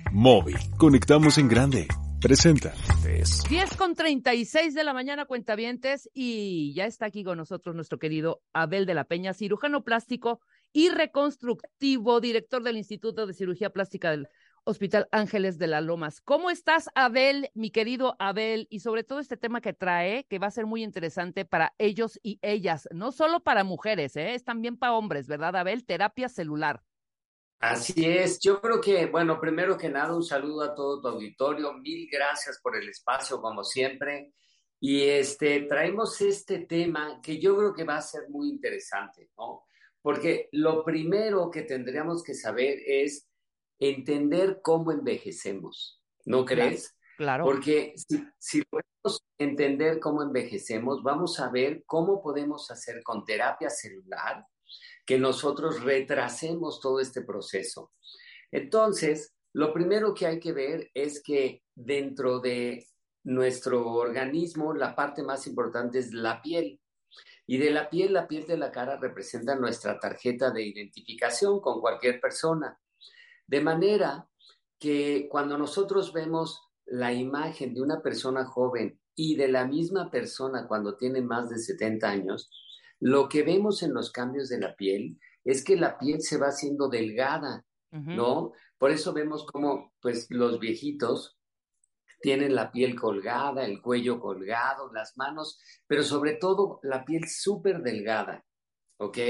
Móvil, conectamos en grande. Presenta. 10:36 de la mañana, cuentavientes, y ya está aquí con nosotros nuestro querido Abel de la Peña, cirujano plástico y reconstructivo, director del Instituto de Cirugía Plástica del Hospital Ángeles de las Lomas. ¿Cómo estás, Abel, mi querido Abel? Y sobre todo este tema que trae, que va a ser muy interesante para ellos y ellas, no solo para mujeres, es también para hombres, ¿verdad, Abel? Terapia celular. Así es, yo creo que, bueno, primero que nada, un saludo a todo tu auditorio, mil gracias por el espacio, como siempre, y traemos este tema que yo creo que va a ser muy interesante, ¿no? Porque lo primero que tendríamos que saber es entender cómo envejecemos, ¿no crees? Claro. Porque si podemos entender cómo envejecemos, vamos a ver cómo podemos hacer con terapia celular que nosotros retrasemos todo este proceso. Entonces, lo primero que hay que ver es que dentro de nuestro organismo, la parte más importante es la piel. Y de la piel de la cara representa nuestra tarjeta de identificación con cualquier persona. De manera que cuando nosotros vemos la imagen de una persona joven y de la misma persona cuando tiene más de 70 años, lo que vemos en los cambios de la piel es que la piel se va haciendo delgada, ¿no? Por eso vemos como, pues, los viejitos tienen la piel colgada, el cuello colgado, las manos, pero sobre todo la piel súper delgada, ¿ok?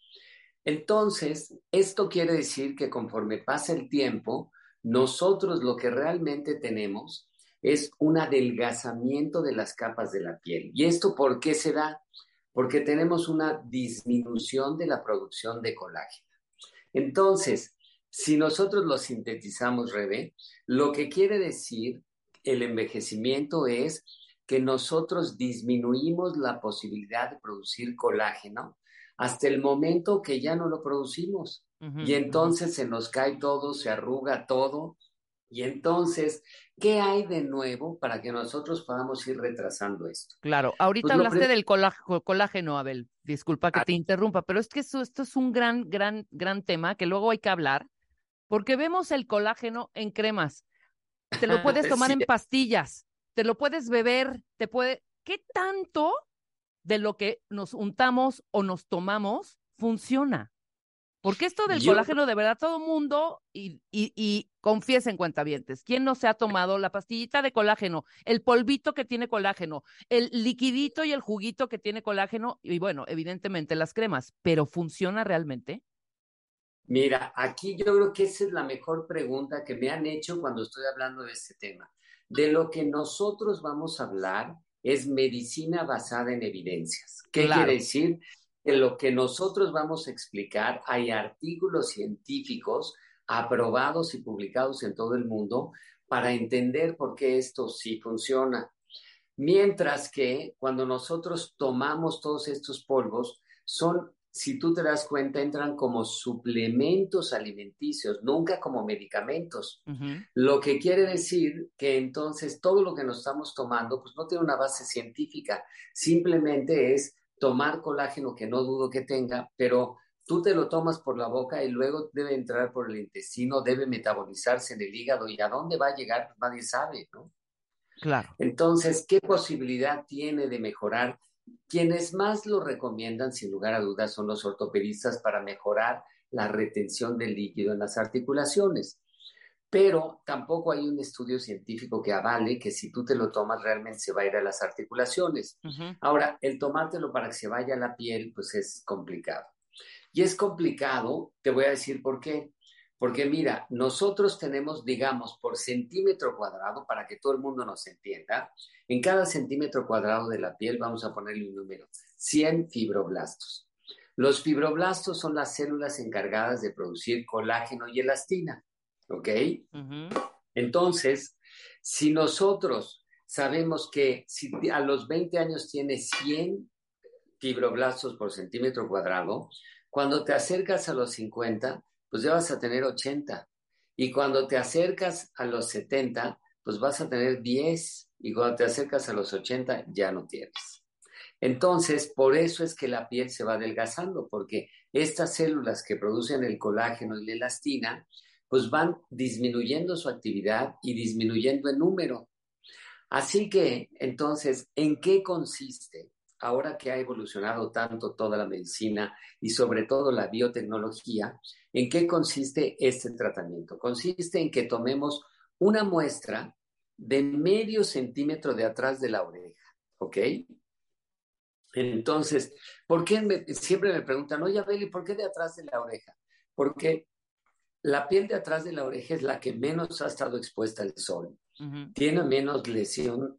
Entonces, esto quiere decir que conforme pasa el tiempo, nosotros lo que realmente tenemos es un adelgazamiento de las capas de la piel. ¿Y esto por qué se da? Porque tenemos una disminución de la producción de colágeno. Entonces, si nosotros lo sintetizamos, Rebe, lo que quiere decir el envejecimiento es que nosotros disminuimos la posibilidad de producir colágeno hasta el momento que ya no lo producimos. Y entonces se nos cae todo, se arruga todo. Y entonces, ¿qué hay de nuevo para que nosotros podamos ir retrasando esto? Claro, ahorita Pues hablaste del colágeno, Abel. Disculpa que te interrumpa, pero es que esto es un gran tema que luego hay que hablar, porque vemos el colágeno en cremas. Te lo puedes tomar sí. en pastillas, te lo puedes beber, ¿Qué tanto de lo que nos untamos o nos tomamos funciona? Porque esto del Yo colágeno, de verdad, todo mundo, y confiesen, cuentavientes, ¿quién no se ha tomado la pastillita de colágeno, el polvito que tiene colágeno, el liquidito y el juguito que tiene colágeno, y bueno, evidentemente las cremas, pero ¿funciona realmente? Mira, aquí yo creo que esa es la mejor pregunta que me han hecho cuando estoy hablando de este tema. De lo que nosotros vamos a hablar es medicina basada en evidencias. ¿Qué quiere Claro. decir? Que lo que nosotros vamos a explicar, hay artículos científicos aprobados y publicados en todo el mundo para entender por qué esto sí funciona. Mientras que cuando nosotros tomamos todos estos polvos, son, si tú te das cuenta, entran como suplementos alimenticios, nunca como medicamentos. Lo que quiere decir que entonces todo lo que nos estamos tomando, pues no tiene una base científica, simplemente es tomar colágeno que no dudo que tenga, pero tú te lo tomas por la boca y luego debe entrar por el intestino, debe metabolizarse en el hígado y a dónde va a llegar, pues nadie sabe, ¿no? Claro. Entonces, ¿qué posibilidad tiene de mejorar? Quienes más lo recomiendan, sin lugar a dudas, son los ortopedistas para mejorar la retención del líquido en las articulaciones. Pero tampoco hay un estudio científico que avale que si tú te lo tomas realmente se va a ir a las articulaciones. Ahora, el tomártelo para que se vaya a la piel, pues es complicado. Y es complicado, te voy a decir por qué. Porque mira, nosotros tenemos, digamos, por centímetro cuadrado, para que todo el mundo nos entienda, en cada centímetro cuadrado de la piel vamos a ponerle un número, 100 fibroblastos. Los fibroblastos son las células encargadas de producir colágeno y elastina, ¿ok? Entonces, si nosotros sabemos que si a los 20 años tienes 100 fibroblastos por centímetro cuadrado, cuando te acercas a los 50, pues ya vas a tener 80. Y cuando te acercas a los 70, pues vas a tener 10. Y cuando te acercas a los 80, ya no tienes. Entonces, por eso es que la piel se va adelgazando, porque estas células que producen el colágeno y la elastina, pues van disminuyendo su actividad y disminuyendo el número. Así que, entonces, ¿en qué consiste? Ahora que ha evolucionado tanto toda la medicina y sobre todo la biotecnología, ¿en qué consiste este tratamiento? Consiste en que tomemos una muestra de medio centímetro de atrás de la oreja, ¿ok? Entonces, siempre me preguntan, oye, Abel, ¿y por qué de atrás de la oreja? Porque la piel de atrás de la oreja es la que menos ha estado expuesta al sol, tiene menos lesión,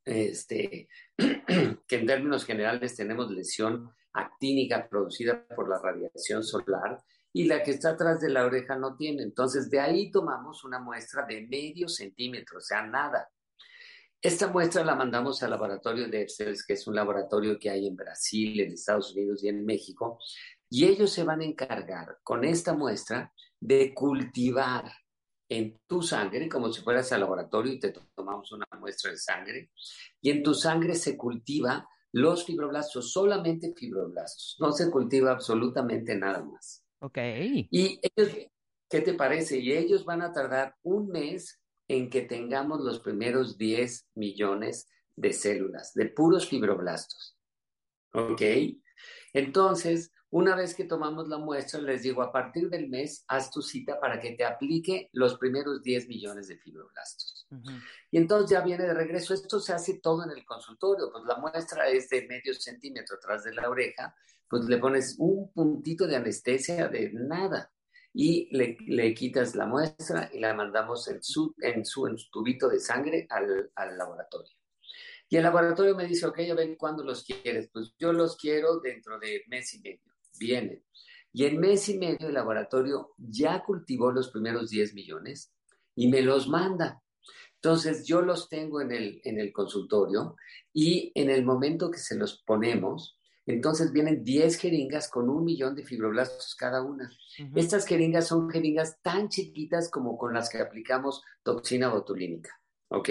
que en términos generales tenemos lesión actínica producida por la radiación solar, y la que está atrás de la oreja no tiene. Entonces, de ahí tomamos una muestra de medio centímetro, o sea, nada. Esta muestra la mandamos al laboratorio de Epsels, que es un laboratorio que hay en Brasil, en Estados Unidos y en México, y ellos se van a encargar con esta muestra de cultivar en tu sangre, como si fueras al laboratorio y te tomamos una muestra de sangre, y en tu sangre se cultiva los fibroblastos, solamente fibroblastos, no se cultiva absolutamente nada más. Ok. Y ellos, ¿qué te parece? Y ellos van a tardar un mes en que tengamos los primeros 10 millones de células, de puros fibroblastos. ¿Ok? Entonces, una vez que tomamos la muestra, les digo, a partir del mes, haz tu cita para que te aplique los primeros 10 millones de fibroblastos. Y entonces ya viene de regreso. Esto se hace todo en el consultorio. Pues la muestra es de medio centímetro atrás de la oreja, pues le pones un puntito de anestesia de nada y le quitas la muestra y la mandamos en su tubito de sangre al laboratorio. Y el laboratorio me dice, ok, a ver, ¿cuándo los quieres? Pues yo los quiero dentro de mes y medio. Vienen. Y en mes y medio el laboratorio ya cultivó los primeros 10 millones y me los manda. Entonces yo los tengo en el consultorio, y en el momento que se los ponemos, entonces vienen 10 jeringas con 1 millón de fibroblastos cada una. Estas jeringas son jeringas tan chiquitas como con las que aplicamos toxina botulínica, ¿ok?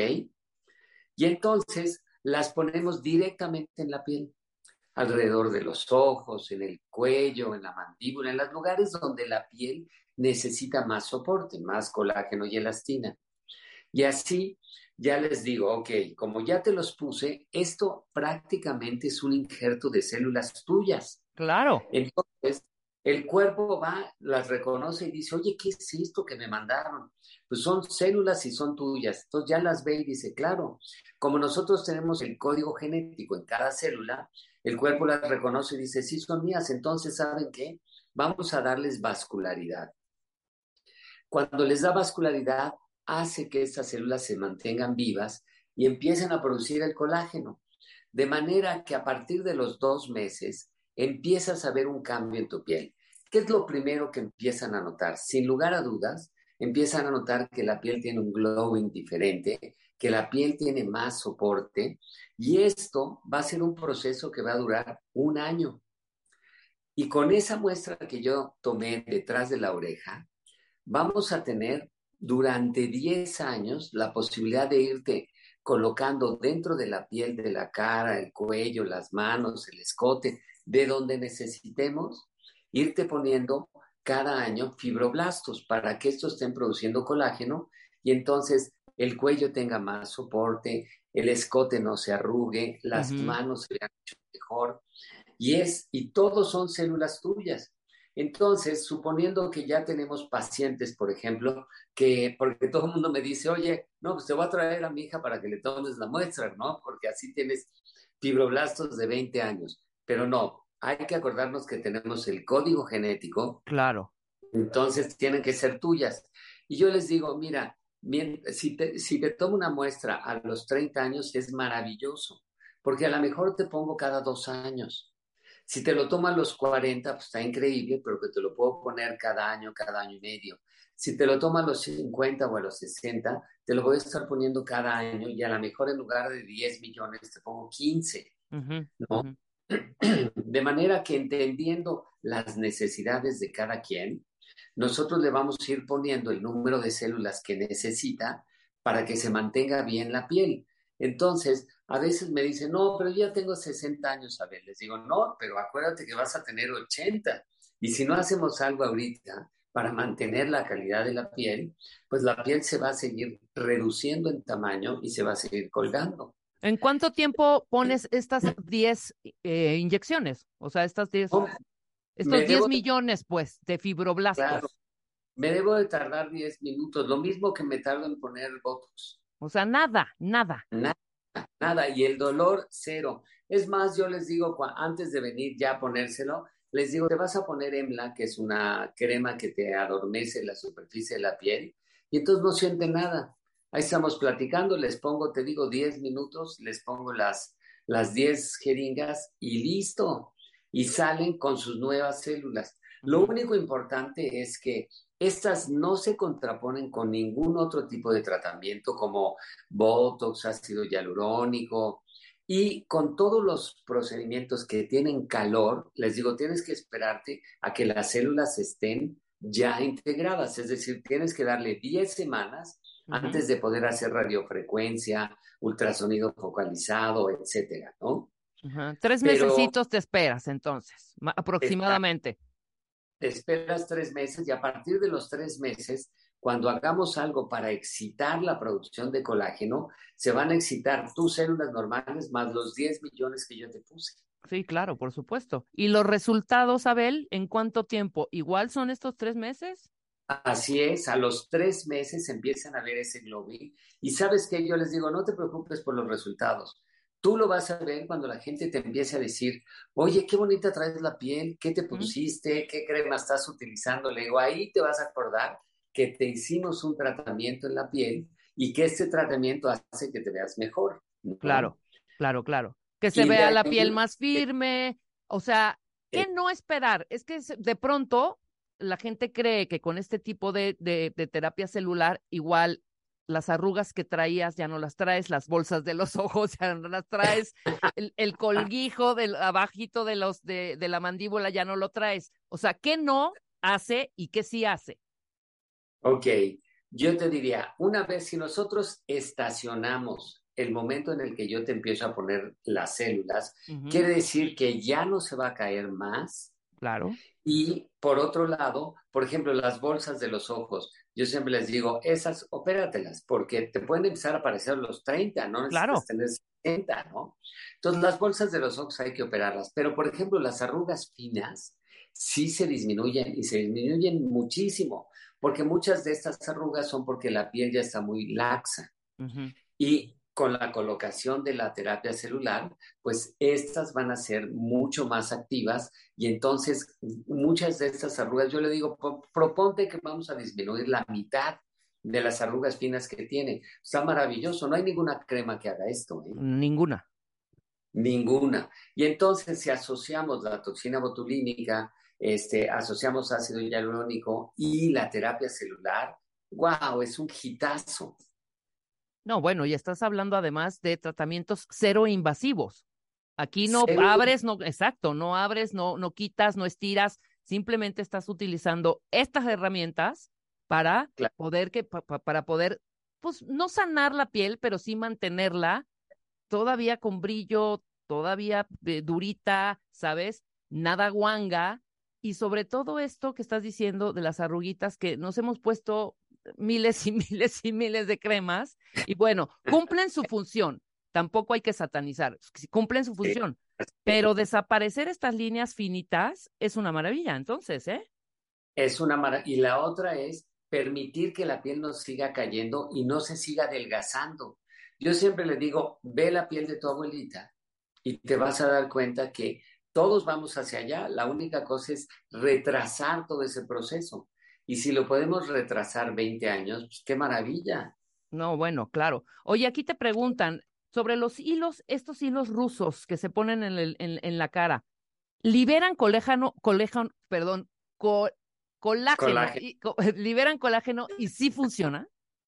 Y entonces las ponemos directamente en la piel, alrededor de los ojos, en el cuello, en la mandíbula, en los lugares donde la piel necesita más soporte, más colágeno y elastina. Y así ya les digo, ok, como ya te los puse, esto prácticamente es un injerto de células tuyas. Claro. Entonces, el cuerpo va, las reconoce y dice, oye, ¿qué es esto que me mandaron? Pues son células y son tuyas. Entonces ya las ve y dice, claro, como nosotros tenemos el código genético en cada célula, el cuerpo las reconoce y dice, sí, son mías. Entonces, ¿saben qué? Vamos a darles vascularidad. Cuando les da vascularidad, hace que estas células se mantengan vivas y empiecen a producir el colágeno. De manera que a partir de los 2 meses empiezas a ver un cambio en tu piel. ¿Qué es lo primero que empiezan a notar? Sin lugar a dudas, empiezan a notar que la piel tiene un glowing diferente, que la piel tiene más soporte, y esto va a ser un proceso que va a durar un año. Y con esa muestra que yo tomé detrás de la oreja, vamos a tener durante 10 años la posibilidad de irte colocando dentro de la piel de la cara, el cuello, las manos, el escote, de donde necesitemos, irte poniendo cada año fibroblastos para que estos estén produciendo colágeno, y entonces el cuello tenga más soporte, el escote no se arrugue, las manos se vean mucho mejor, y todos son células tuyas. Entonces, suponiendo que ya tenemos pacientes, por ejemplo, porque todo el mundo me dice, oye, no, pues te voy a traer a mi hija para que le tomes la muestra, ¿no? Porque así tienes fibroblastos de 20 años. Pero no, hay que acordarnos que tenemos el código genético. Claro. Entonces tienen que ser tuyas. Y yo les digo, mira, si te tomo una muestra a los 30 años es maravilloso, porque a lo mejor te pongo cada 2 años. Si te lo tomo a los 40, pues está increíble, pero que te lo puedo poner cada año y medio. Si te lo tomo a los 50 o a los 60, te lo voy a estar poniendo cada año, y a lo mejor en lugar de 10 millones te pongo 15, ¿no? De manera que, entendiendo las necesidades de cada quien, nosotros le vamos a ir poniendo el número de células que necesita para que se mantenga bien la piel. Entonces, a veces me dicen, no, pero yo ya tengo 60 años, a ver, les digo, no, pero acuérdate que vas a tener 80. Y si no hacemos algo ahorita, para mantener la calidad de la piel, pues la piel se va a seguir reduciendo en tamaño y se va a seguir colgando. ¿En cuánto tiempo pones estas 10 inyecciones? O sea, Oh, estos me 10 debo, millones, pues, de claro, fibroblastos. me debo de tardar 10 minutos, lo mismo que me tardo en poner Botox. O sea, nada, nada. Nada, nada, y el dolor cero. Es más, yo les digo, antes de venir ya a ponérselo, les digo, te vas a poner Emla, que es una crema que te adormece la superficie de la piel, y entonces no sienten nada. Ahí estamos platicando, les pongo, te digo, 10 minutos, les pongo las 10 jeringas y listo. Y salen con sus nuevas células. Lo Ujú. único importante es que estas no se contraponen con ningún otro tipo de tratamiento como Botox, ácido hialurónico y con todos los procedimientos que tienen calor, les digo, tienes que esperarte a que las células estén ya integradas, es decir, tienes que darle 10 semanas Ujú. antes de poder hacer radiofrecuencia, ultrasonido focalizado, etcétera, ¿no? Ajá. 3 mesecitos te esperas entonces, Pero aproximadamente. te esperas 3 meses y a partir de los 3 meses, cuando hagamos algo para excitar la producción de colágeno, se van a excitar tus células normales más los 10 millones que yo te puse. Sí, claro, por supuesto. ¿Y los resultados, Abel, en cuánto tiempo? ¿Igual son estos 3 meses? Así es, a los 3 meses empiezan a ver ese globin y sabes que yo les digo, no te preocupes por los resultados. Tú lo vas a ver cuando la gente te empiece a decir, oye, qué bonita traes la piel, ¿qué te Ujú. pusiste? ¿Qué crema estás utilizando? Le digo, ahí te vas a acordar que te hicimos un tratamiento en la piel y que este tratamiento hace que te veas mejor, ¿no? Claro, claro, claro. Que se Y de vea la ahí, piel más firme, o sea, ¿qué eh, no esperar? Es que de pronto la gente cree que con este tipo de terapia celular, igual las arrugas que traías ya no las traes, las bolsas de los ojos ya no las traes, el colguijo del abajito de la mandíbula ya no lo traes. O sea, ¿qué no hace y qué sí hace? ok, yo te diría, una vez si nosotros estacionamos el momento en el que yo te empiezo a poner las células, Ujú. quiere decir que ya no se va a caer más. Claro, Y por otro lado, por ejemplo, las bolsas de los ojos, yo siempre les digo, esas opératelas, porque te pueden empezar a aparecer los 30, no necesitas claro. tener 60, ¿no? Entonces, las bolsas de los ojos hay que operarlas, pero por ejemplo, las arrugas finas sí se disminuyen y se disminuyen muchísimo, porque muchas de estas arrugas son porque la piel ya está muy laxa. Ujú. Y con la colocación de la terapia celular, pues estas van a ser mucho más activas y entonces muchas de estas arrugas, yo le digo, proponte que vamos a disminuir la mitad de las arrugas finas que tiene. Está maravilloso, no hay ninguna crema que haga esto, ¿eh? Ninguna. Ninguna. Y entonces si asociamos la toxina botulínica, asociamos ácido hialurónico y la terapia celular, wow, es un hitazo. No, bueno, y estás hablando además de tratamientos cero invasivos. Aquí no Cero. abres, no, exacto, no abres, no quitas, no estiras, simplemente estás utilizando estas herramientas para para poder, pues, no sanar la piel, pero sí mantenerla todavía con brillo, todavía durita, ¿sabes? Nada guanga. Y sobre todo esto que estás diciendo de las arruguitas, que nos hemos puesto miles y miles y miles de cremas, y bueno, cumplen su función. Tampoco hay que satanizar, cumplen su Sí. función. Pero desaparecer estas líneas finitas es una maravilla, entonces, ¿eh? Es una maravilla. Y la otra es permitir que la piel no siga cayendo y no se siga adelgazando. Yo siempre le digo, ve la piel de tu abuelita y te vas a dar cuenta que todos vamos hacia allá. La única cosa es retrasar todo ese proceso. Y si lo podemos retrasar 20 años, pues qué maravilla. No, bueno, claro. Oye, aquí te preguntan sobre los hilos, estos hilos rusos que se ponen en la cara. Liberan perdón, colágeno, Colágeno. liberan colágeno y sí funciona.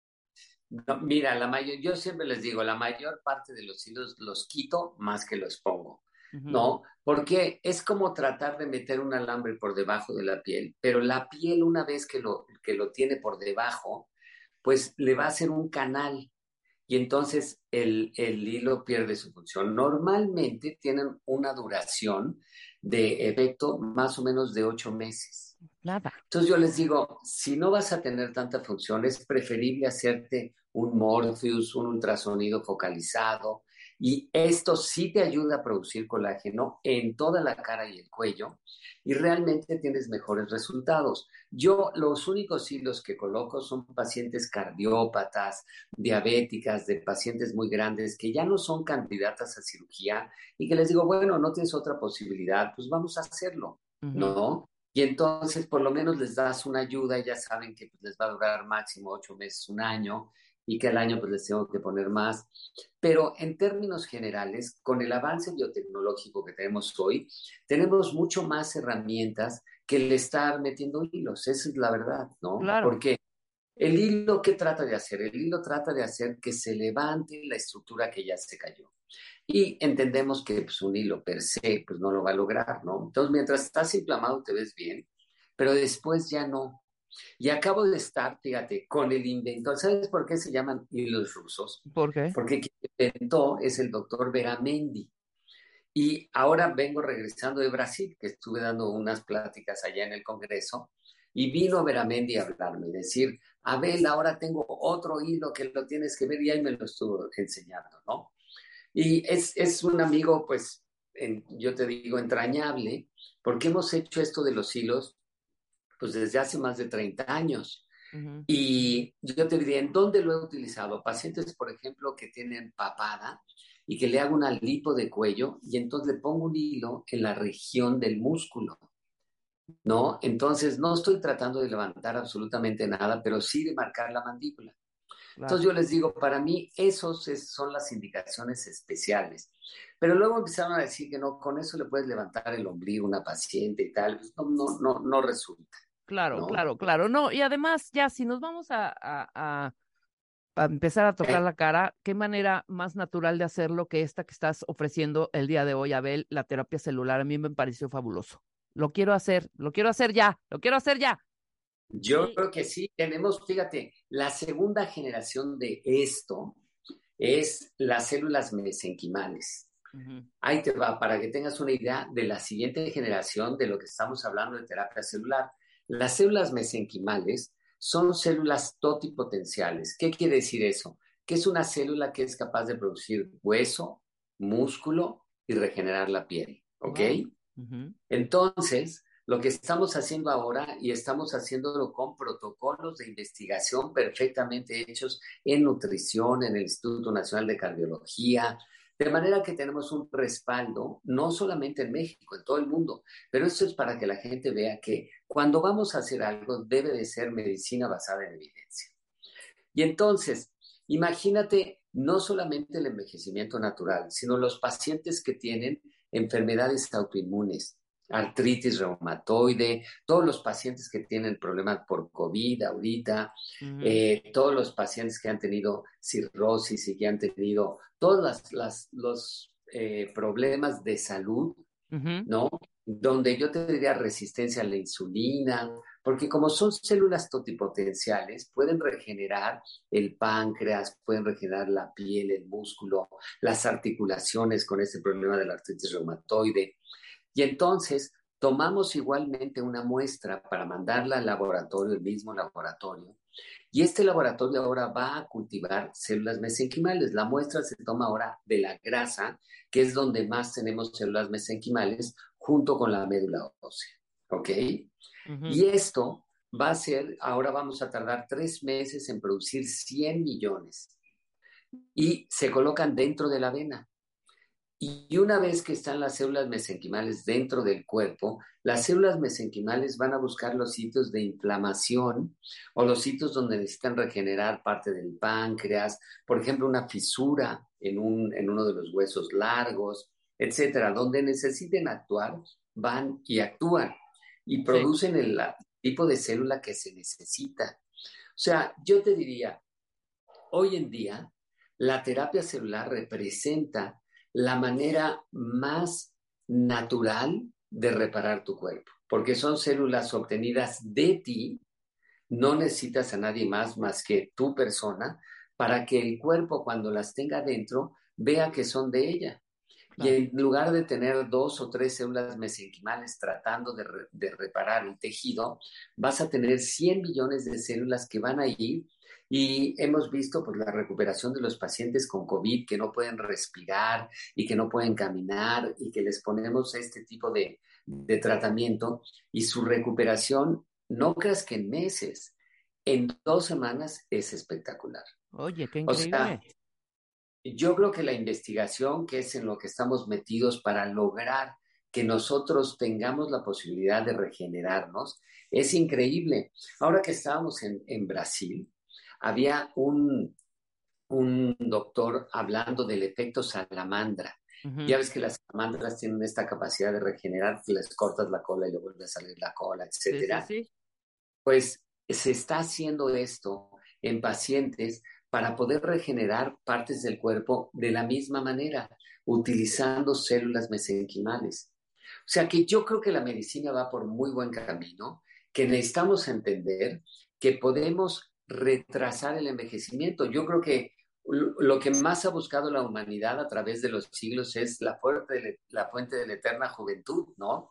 No, mira, yo siempre les digo, la mayor parte de los hilos los quito más que los pongo, Ujú. ¿no? Porque es como tratar de meter un alambre por debajo de la piel, pero la piel una vez que lo tiene por debajo, pues le va a hacer un canal y entonces el hilo pierde su función. Normalmente tienen una duración de efecto más o menos de 8 meses. Nada. Entonces yo les digo, si no vas a tener tanta función, es preferible hacerte un Morpheus, un ultrasonido focalizado, y esto sí te ayuda a producir colágeno en toda la cara y el cuello, y realmente tienes mejores resultados. Yo los únicos hilos que coloco son pacientes cardiópatas, diabéticas, de pacientes muy grandes que ya no son candidatas a cirugía y que les digo, bueno, no tienes otra posibilidad, pues vamos a hacerlo, Ujú. ¿no? Y entonces por lo menos les das una ayuda y ya saben que pues, les va a durar máximo 8 meses, un año, y que al año pues les tengo que poner más. Pero en términos generales, con el avance biotecnológico que tenemos hoy, tenemos mucho más herramientas que el estar metiendo hilos. Esa es la verdad, ¿no? Claro. Porque el hilo, ¿qué trata de hacer? El hilo trata de hacer que se levante la estructura que ya se cayó. Y entendemos que pues, un hilo per se pues, no lo va a lograr, ¿no? Entonces, mientras estás inflamado te ves bien, pero después ya no. Y acabo de estar, fíjate, con el inventor. ¿Sabes por qué se llaman hilos rusos? ¿Por qué? Porque quien inventó es el doctor Beramendi. Y ahora vengo regresando de Brasil, que estuve dando unas pláticas allá en el Congreso, y vino Beramendi a hablarme, decir, Abel, ahora tengo otro hilo que lo tienes que ver, y ahí me lo estuvo enseñando, ¿no? Y es un amigo, pues, yo te digo, entrañable, porque hemos hecho esto de los hilos, pues, desde hace más de 30 años. Ujú. Y yo te diría, ¿en dónde lo he utilizado? Pacientes, por ejemplo, que tienen papada y que le hago una lipo de cuello y entonces le pongo un hilo en la región del músculo, ¿no? Entonces no estoy tratando de levantar absolutamente nada, pero sí de marcar la mandíbula. Entonces Claro. yo les digo, para mí son las indicaciones especiales. Pero luego empezaron a decir que no, con eso le puedes levantar el ombligo a una paciente y tal. Pues no, no, no, no resulta, Claro, ¿no? claro, claro. No, y además, ya, si nos vamos a empezar a tocar Eh, la cara, qué manera más natural de hacerlo que esta que estás ofreciendo el día de hoy, Abel, la terapia celular. A mí me pareció fabuloso. Lo quiero hacer ya, lo quiero hacer ya. Yo Y creo que sí, tenemos, fíjate, la segunda generación de esto es las células mesenquimales. ujú. Ahí te va, para que tengas una idea de la siguiente generación de lo que estamos hablando de terapia celular. Las células mesenquimales son células totipotenciales. ¿Qué quiere decir eso? Que es una célula que es capaz de producir hueso, músculo y regenerar la piel. ¿Ok? Wow. Ujú. Entonces, lo que estamos haciendo ahora y estamos haciéndolo con protocolos de investigación perfectamente hechos en nutrición, en el Instituto Nacional de Cardiología, de manera que tenemos un respaldo, no solamente en México, en todo el mundo, pero esto es para que la gente vea que cuando vamos a hacer algo debe de ser medicina basada en evidencia. Y entonces, imagínate no solamente el envejecimiento natural, sino los pacientes que tienen enfermedades autoinmunes, artritis reumatoide, todos los pacientes que tienen problemas por COVID ahorita, Ujú. todos los pacientes que han tenido cirrosis y que han tenido todos los problemas de salud, Ujú. ¿no? Donde yo te diría resistencia a la insulina, porque como son células totipotenciales, pueden regenerar el páncreas, pueden regenerar la piel, el músculo, las articulaciones con este problema de la artritis reumatoide. Y entonces tomamos igualmente una muestra para mandarla al laboratorio, el mismo laboratorio, y este laboratorio ahora va a cultivar células mesenquimales. La muestra se toma ahora de la grasa, que es donde más tenemos células mesenquimales, junto con la médula ósea. ¿Ok? Ujú. Y esto va a ser, ahora vamos a tardar 3 meses en producir 100 millones y se colocan dentro de la vena. Y una vez que están las células mesenquimales dentro del cuerpo, las células mesenquimales van a buscar los sitios de inflamación o los sitios donde necesitan regenerar parte del páncreas, por ejemplo, una fisura en uno de los huesos largos, etcétera, donde necesiten actuar, van y actúan y Sí. producen el tipo de célula que se necesita. O sea, yo te diría, hoy en día, la terapia celular representa la manera más natural de reparar tu cuerpo, porque son células obtenidas de ti, no necesitas a nadie más que tu persona para que el cuerpo cuando las tenga dentro vea que son de ella. Y Claro. en lugar de tener 2 o 3 células mesenquimales tratando de reparar el tejido, vas a tener 100 millones de células que van a ir. Y hemos visto pues, la recuperación de los pacientes con COVID que no pueden respirar y que no pueden caminar y que les ponemos este tipo de tratamiento y su recuperación, no creas que en meses, en 2 semanas es espectacular. Oye, qué O sea, increíble. yo creo que la investigación, que es en lo que estamos metidos para lograr que nosotros tengamos la posibilidad de regenerarnos, es increíble. Ahora que estábamos en Brasil, había un doctor hablando del efecto salamandra. Ujú. Ya ves que las salamandras tienen esta capacidad de regenerar, que les cortas la cola y le vuelve a salir la cola, Sí, sí, etcétera. sí. Pues se está haciendo esto en pacientes para poder regenerar partes del cuerpo de la misma manera, utilizando células mesenquimales. O sea que yo creo que la medicina va por muy buen camino, que necesitamos entender que podemos retrasar el envejecimiento. Yo creo que lo que más ha buscado la humanidad a través de los siglos es la fuente de la eterna juventud, ¿no?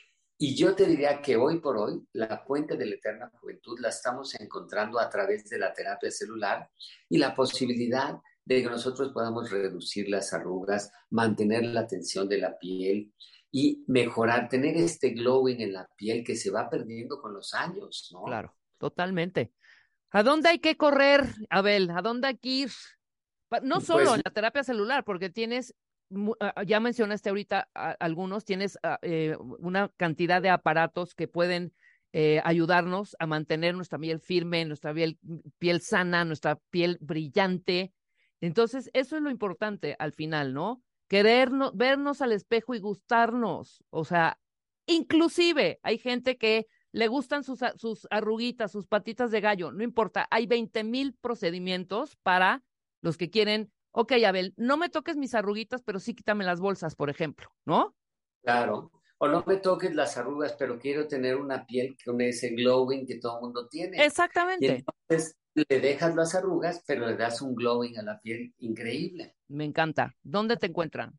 Y yo te diría que hoy por hoy la fuente de la eterna juventud la estamos encontrando a través de la terapia celular y la posibilidad de que nosotros podamos reducir las arrugas, mantener la tensión de la piel y mejorar, tener este glowing en la piel que se va perdiendo con los años, ¿no? Claro, totalmente. ¿A dónde hay que correr, Abel? ¿A dónde hay que ir? No solo Pues en la terapia celular, porque tienes, ya mencionaste ahorita algunos, tienes una cantidad de aparatos que pueden ayudarnos a mantener nuestra piel firme, nuestra piel sana, nuestra piel brillante. Entonces, eso es lo importante al final, ¿no? Querernos, vernos al espejo y gustarnos. O sea, inclusive hay gente que le gustan sus arruguitas, sus patitas de gallo, no importa, hay 20,000 procedimientos para los que quieren, ok, Abel, no me toques mis arruguitas, pero sí quítame las bolsas, por ejemplo, ¿no? claro, o no me toques las arrugas, pero quiero tener una piel con ese glowing que todo el mundo tiene. Y Exactamente, entonces le dejas las arrugas, pero le das un glowing a la piel increíble. me encanta. ¿Dónde te encuentran?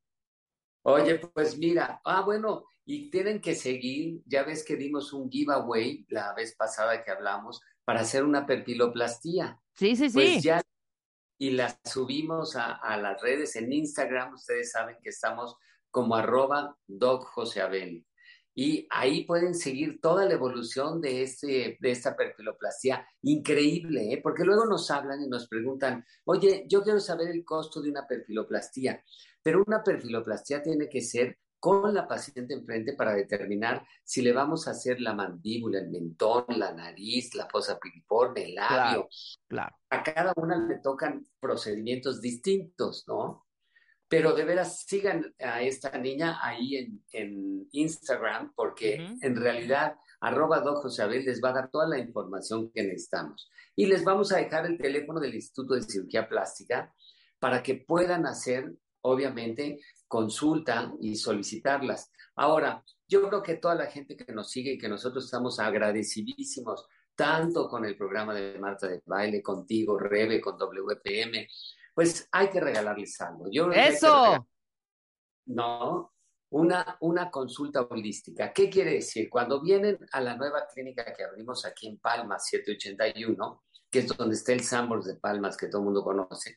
Oye, pues mira, bueno, y tienen que seguir, ya ves que dimos un giveaway la vez pasada que hablamos para hacer una perpiloplastía. Sí, sí, Pues sí. ya, y la subimos a las redes en Instagram, ustedes saben que estamos como @docjoseabel. Y ahí pueden seguir toda la evolución de esta perfiloplastía. Increíble, ¿eh? Porque luego nos hablan y nos preguntan, oye, yo quiero saber el costo de una perfiloplastía, pero una perfiloplastía tiene que ser con la paciente enfrente para determinar si le vamos a hacer la mandíbula, el mentón, la nariz, la fosa piriforme, el Claro, labio. claro. A cada una le tocan procedimientos distintos, ¿no? Pero de veras sigan a esta niña ahí en Instagram porque Ujú. en realidad @docjosabel les va a dar toda la información que necesitamos. Y les vamos a dejar el teléfono del Instituto de Cirugía Plástica para que puedan hacer, obviamente, consulta y solicitarlas. Ahora, yo creo que toda la gente que nos sigue y que nosotros estamos agradecidísimos, tanto con el programa de Marta de Baile, contigo, Rebe, con WPM, pues hay que regalarles algo. Yo creo que hay que regalar, Eso. ¿no? Una consulta holística. ¿Qué quiere decir? Cuando vienen a la nueva clínica que abrimos aquí en Palmas 781, que es donde está el Sambors de Palmas que todo el mundo conoce,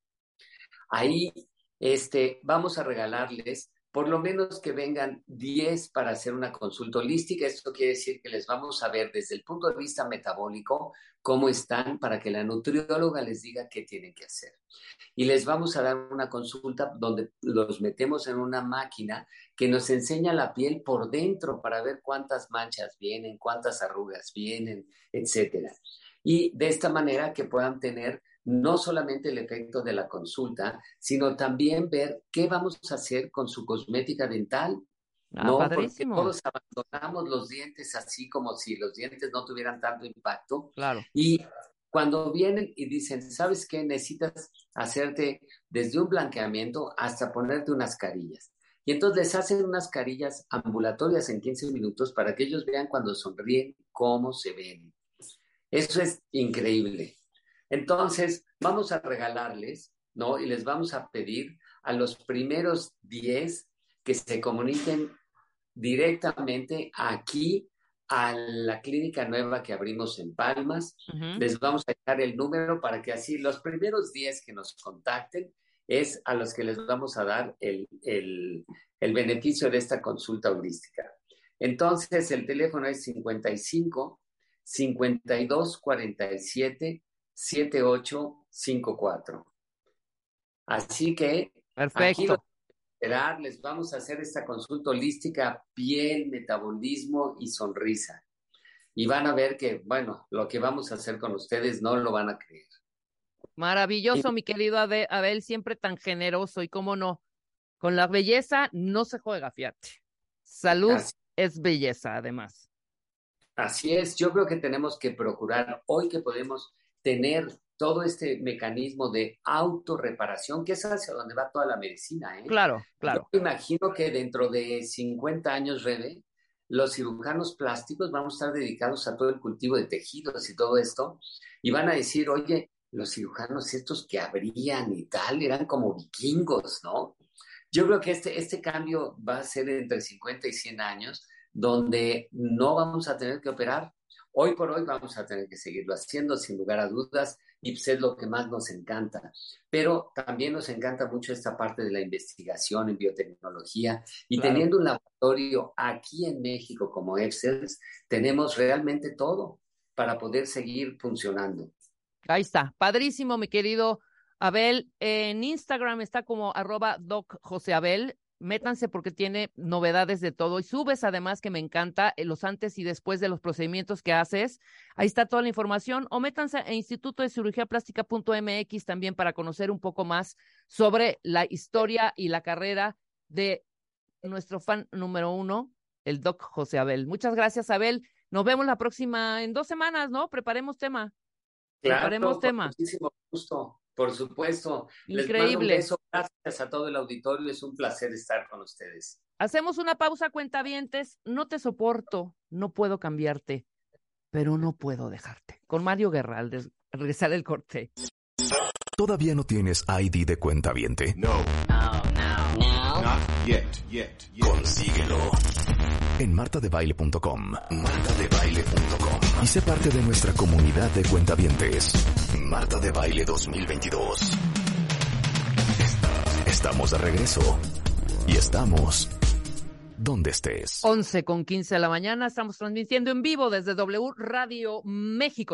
ahí vamos a regalarles por lo menos que vengan 10 para hacer una consulta holística. Esto quiere decir que les vamos a ver desde el punto de vista metabólico cómo están para que la nutrióloga les diga qué tienen que hacer. Y les vamos a dar una consulta donde los metemos en una máquina que nos enseña la piel por dentro para ver cuántas manchas vienen, cuántas arrugas vienen, etcétera. Y de esta manera que puedan tener no solamente el efecto de la consulta, sino también ver qué vamos a hacer con su cosmética dental, Ah, ¿no? Porque padrísimo. todos abandonamos los dientes así como si los dientes no tuvieran tanto impacto. Claro. Y cuando vienen y dicen, ¿sabes qué? Necesitas hacerte desde un blanqueamiento hasta ponerte unas carillas. Y entonces les hacen unas carillas ambulatorias en 15 minutos para que ellos vean cuando sonríen cómo se ven. Eso es increíble. Entonces, vamos a regalarles, ¿no? Y les vamos a pedir a los primeros 10 que se comuniquen directamente aquí a la clínica nueva que abrimos en Palmas. Ujú. Les vamos a dejar el número para que así los primeros 10 que nos contacten es a los que les vamos a dar el beneficio de esta consulta holística. Entonces, el teléfono es 55 52 47 7854. Así que aquí los Perfecto. esperar, les vamos a hacer esta consulta holística, piel, metabolismo y sonrisa. Y van a ver que, bueno, lo que vamos a hacer con ustedes no lo van a creer. Maravilloso, mi querido Abel, siempre tan generoso y cómo no, con la belleza no se juega, fíjate. Salud Así, es belleza, además. así es, yo creo que tenemos que procurar hoy que podemos tener todo este mecanismo de autorreparación, que es hacia donde va toda la medicina, ¿eh? Claro, Yo claro. me imagino que dentro de 50 años, Rebe, los cirujanos plásticos vamos a estar dedicados a todo el cultivo de tejidos y todo esto, y van a decir, oye, los cirujanos estos que abrían y tal, eran como vikingos, ¿no? Yo creo que este cambio va a ser entre 50 y 100 años, donde no vamos a tener que operar. Hoy por hoy vamos a tener que seguirlo haciendo, sin lugar a dudas, y pues es lo que más nos encanta. Pero también nos encanta mucho esta parte de la investigación en biotecnología, y Claro. teniendo un laboratorio aquí en México como EFSELS, tenemos realmente todo para poder seguir funcionando. Ahí está. Padrísimo, mi querido Abel. En Instagram está como @docjoseabel. Métanse porque tiene novedades de todo y subes además que me encanta los antes y después de los procedimientos que haces. Ahí está toda la información. O métanse a Instituto de Cirugía Plástica.mx también para conocer un poco más sobre la historia y la carrera de nuestro fan número uno, el Doc José Abel. Muchas gracias, Abel. Nos vemos la próxima en 2 semanas, ¿no? Preparemos tema. Preparemos Claro, con tema. muchísimo gusto, por supuesto. Les mando un Increíble. beso, gracias a todo el auditorio, es un placer estar con ustedes. Hacemos una pausa, cuentavientes. No te soporto, no puedo cambiarte, pero no puedo dejarte. Con Mario Guerra, al regresar el corte. ¿Todavía no tienes ID de cuentaviente? No. Not yet. Consíguelo en martadebaile.com. Martadebaile.com. Y sé parte de nuestra comunidad de cuentavientes. Marta de Baile 2022. Estamos de regreso. Y estamos donde estés. 11:15 de la mañana, estamos transmitiendo en vivo desde W Radio México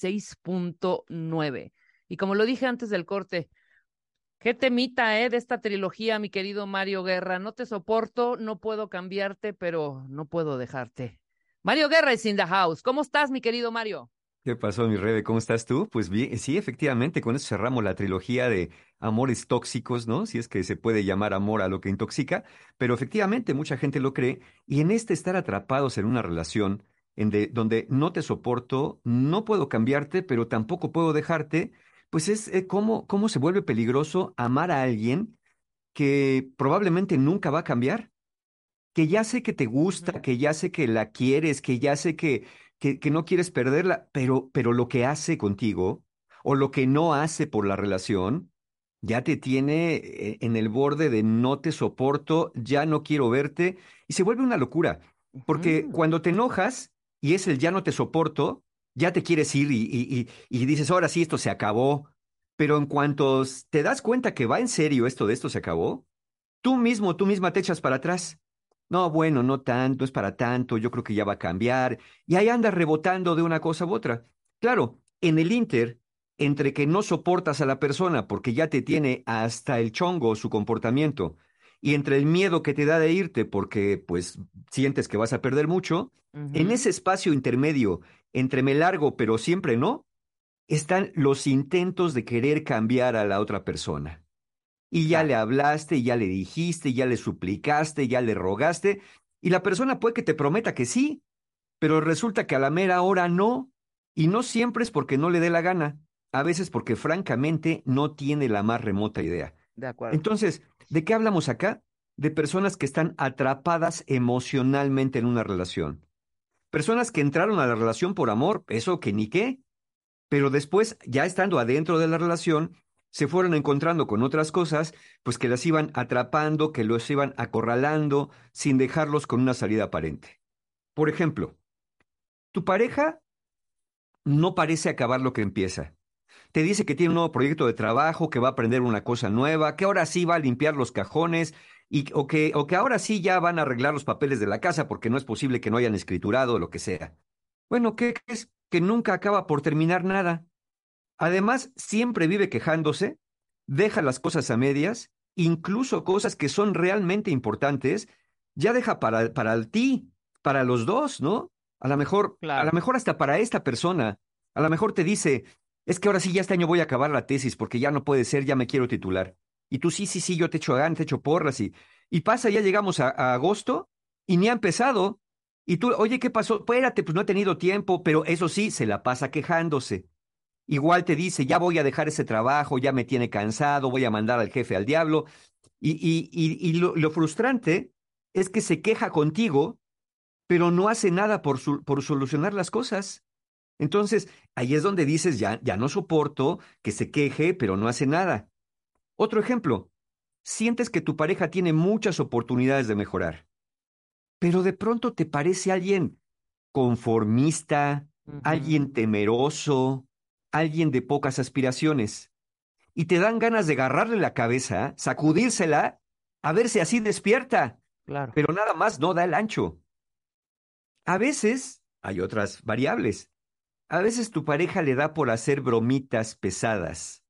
96.9. Y como lo dije antes del corte, qué temita, de esta trilogía, mi querido Mario Guerra. No te soporto, no puedo cambiarte, pero no puedo dejarte. Mario Guerra is in the house. ¿Cómo estás, mi querido Mario? ¿Qué pasó, mi Rebe? ¿Cómo estás tú? Pues bien, sí, efectivamente, con eso cerramos la trilogía de amores tóxicos, ¿no? Si es que se puede llamar amor a lo que intoxica, pero efectivamente mucha gente lo cree, y en este estar atrapados en una relación donde no te soporto, no puedo cambiarte, pero tampoco puedo dejarte, pues es cómo se vuelve peligroso amar a alguien que probablemente nunca va a cambiar, que ya sé que te gusta, Ujú. que ya sé que la quieres, que ya sé que no quieres perderla, pero lo que hace contigo o lo que no hace por la relación ya te tiene en el borde de no te soporto, ya no quiero verte, y se vuelve una locura, porque Ujú. cuando te enojas y es el ya no te soporto, ya te quieres ir y dices, ahora sí, esto se acabó, pero en cuanto te das cuenta que va en serio esto de esto se acabó, tú misma te echas para atrás. No, bueno, no tanto, es para tanto, yo creo que ya va a cambiar. Y ahí andas rebotando de una cosa u otra. Claro, en el Inter, entre que no soportas a la persona porque ya te tiene hasta el chongo su comportamiento, y entre el miedo que te da de irte porque pues sientes que vas a perder mucho, en Ujú. ese espacio intermedio, entre me largo pero siempre no, están los intentos de querer cambiar a la otra persona. Y ya le Claro. hablaste, ya le dijiste, ya le suplicaste, ya le rogaste, y la persona puede que te prometa que sí, pero resulta que a la mera hora no, y no siempre es porque no le dé la gana, a veces porque francamente no tiene la más remota idea. De acuerdo. Entonces, ¿de qué hablamos acá? De personas que están atrapadas emocionalmente en una relación. Personas que entraron a la relación por amor, eso que ni qué, pero después, ya estando adentro de la relación, se fueron encontrando con otras cosas, pues que las iban atrapando, que los iban acorralando, sin dejarlos con una salida aparente. Por ejemplo, tu pareja no parece acabar lo que empieza. Te dice que tiene un nuevo proyecto de trabajo, que va a aprender una cosa nueva, que ahora sí va a limpiar los cajones o que ahora sí ya van a arreglar los papeles de la casa porque no es posible que no hayan escriturado o lo que sea. Bueno, ¿qué crees? Que nunca acaba por terminar nada. Además, siempre vive quejándose, deja las cosas a medias, incluso cosas que son realmente importantes, ya deja para ti, para los dos, ¿no? A lo Claro. mejor hasta para esta persona. A lo mejor te dice, es que ahora sí, ya este año voy a acabar la tesis porque ya no puede ser, ya me quiero titular. Y tú, sí, sí, sí, yo te echo ganas, te echo porras y pasa, ya llegamos a agosto y ni ha empezado. Y tú, oye, ¿qué pasó? Espérate, pues no he tenido tiempo, pero eso sí, se la pasa quejándose. Igual te dice, ya voy a dejar ese trabajo, ya me tiene cansado, voy a mandar al jefe al diablo. Y lo frustrante es que se queja contigo, pero no hace nada por solucionar las cosas. Entonces, ahí es donde dices, ya no soporto que se queje, pero no hace nada. Otro ejemplo, sientes que tu pareja tiene muchas oportunidades de mejorar, pero de pronto te parece alguien conformista, alguien Ujú. temeroso, alguien de pocas aspiraciones, y te dan ganas de agarrarle la cabeza, sacudírsela, a ver si así despierta, Claro. pero nada más no da el ancho. A veces hay otras variables. A veces tu pareja le da por hacer bromitas pesadas.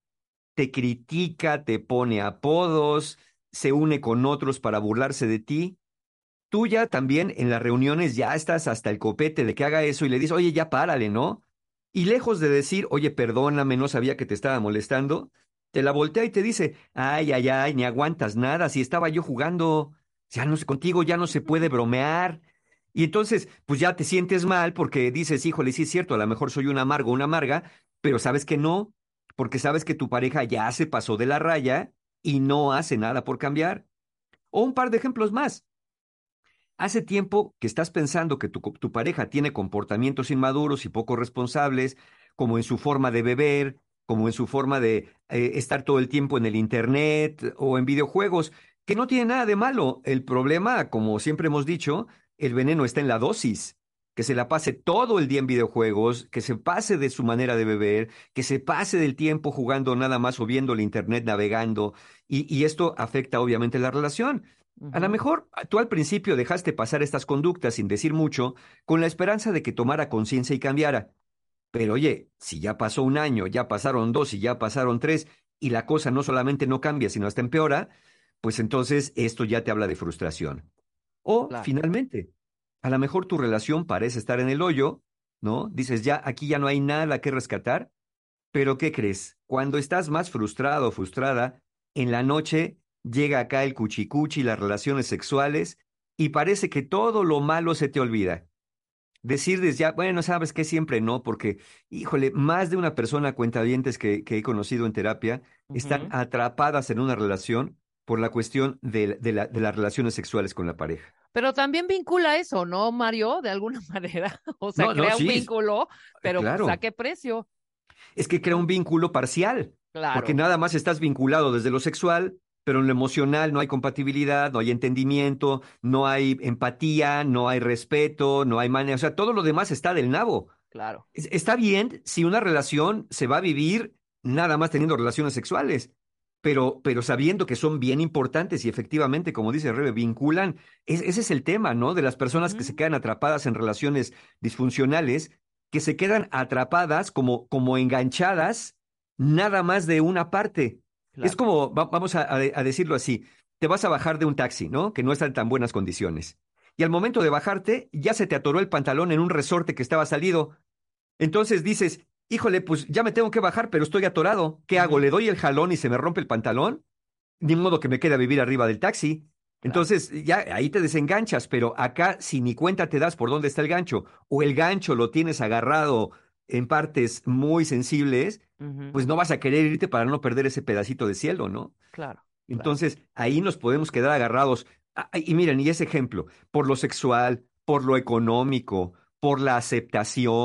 Te critica, te pone apodos, se une con otros para burlarse de ti. Tú ya también en las reuniones ya estás hasta el copete de que haga eso y le dices, oye, ya párale, ¿no? Y lejos de decir, oye, perdóname, no sabía que te estaba molestando, te la voltea y te dice, ay, ay, ay, ni aguantas nada, si estaba yo jugando, ya no sé, contigo ya no se puede bromear. Y entonces, pues ya te sientes mal porque dices, híjole, sí es cierto, a lo mejor soy un amargo, una amarga, pero sabes que no, porque sabes que tu pareja ya se pasó de la raya y no hace nada por cambiar. O un par de ejemplos más. Hace tiempo que estás pensando que tu pareja tiene comportamientos inmaduros y poco responsables, como en su forma de beber, como en su forma de estar todo el tiempo en el internet o en videojuegos, que no tiene nada de malo. El problema, como siempre hemos dicho, el veneno está en la dosis. Que se la pase todo el día en videojuegos, que se pase de su manera de beber, que se pase del tiempo jugando nada más o viendo el internet navegando, y esto afecta obviamente la relación. A lo Ujú. mejor tú al principio dejaste pasar estas conductas sin decir mucho, con la esperanza de que tomara conciencia y cambiara. Pero oye, si ya pasó un año, ya pasaron dos y ya pasaron tres, y la cosa no solamente no cambia, sino hasta empeora, pues entonces esto ya te habla de frustración. O Claro. finalmente, a lo mejor tu relación parece estar en el hoyo, ¿no? Dices, ya aquí ya no hay nada que rescatar, pero ¿qué crees? Cuando estás más frustrado o frustrada, en la noche llega acá el cuchicuchi, las relaciones sexuales, y parece que todo lo malo se te olvida. Decir desde ya, bueno, sabes que siempre no, porque, híjole, más de una persona cuentavientes que he conocido en terapia están Ujú. atrapadas en una relación por la cuestión de las relaciones sexuales con la pareja. Pero también vincula eso, ¿no, Mario? De alguna manera. O sea, No, no, crea un sí, vínculo, pero pues ¿a claro. qué precio? Es que crea un ¿No? vínculo parcial, porque Claro, nada más estás vinculado desde lo sexual, pero en lo emocional no hay compatibilidad, no hay entendimiento, no hay empatía, no hay respeto, no hay manera, o sea, todo lo demás está del nabo. claro. Está bien si una relación se va a vivir nada más teniendo relaciones sexuales, pero sabiendo que son bien importantes y efectivamente, como dice Rebe, vinculan, ese es el tema, ¿no? De las personas que se Ujú. quedan atrapadas en relaciones disfuncionales, que se quedan atrapadas como enganchadas nada más de una parte. Es Claro. como, vamos a decirlo así, te vas a bajar de un taxi, ¿no? Que no está en tan buenas condiciones. Y al momento de bajarte, ya se te atoró el pantalón en un resorte que estaba salido. Entonces dices, híjole, pues ya me tengo que bajar, pero estoy atorado. ¿Qué hago? Ujú. ¿Le doy el jalón y se me rompe el pantalón? Ni modo que me quede a vivir arriba del taxi. Claro. Entonces ya ahí te desenganchas, pero acá si ni cuenta te das por dónde está el gancho, o el gancho lo tienes agarrado en partes muy sensibles, Ujú. pues no vas a querer irte para no perder ese pedacito de cielo, ¿no? Claro, claro. Entonces, ahí nos podemos quedar agarrados. Y miren, y ese ejemplo, por lo sexual, por lo económico, por la aceptación,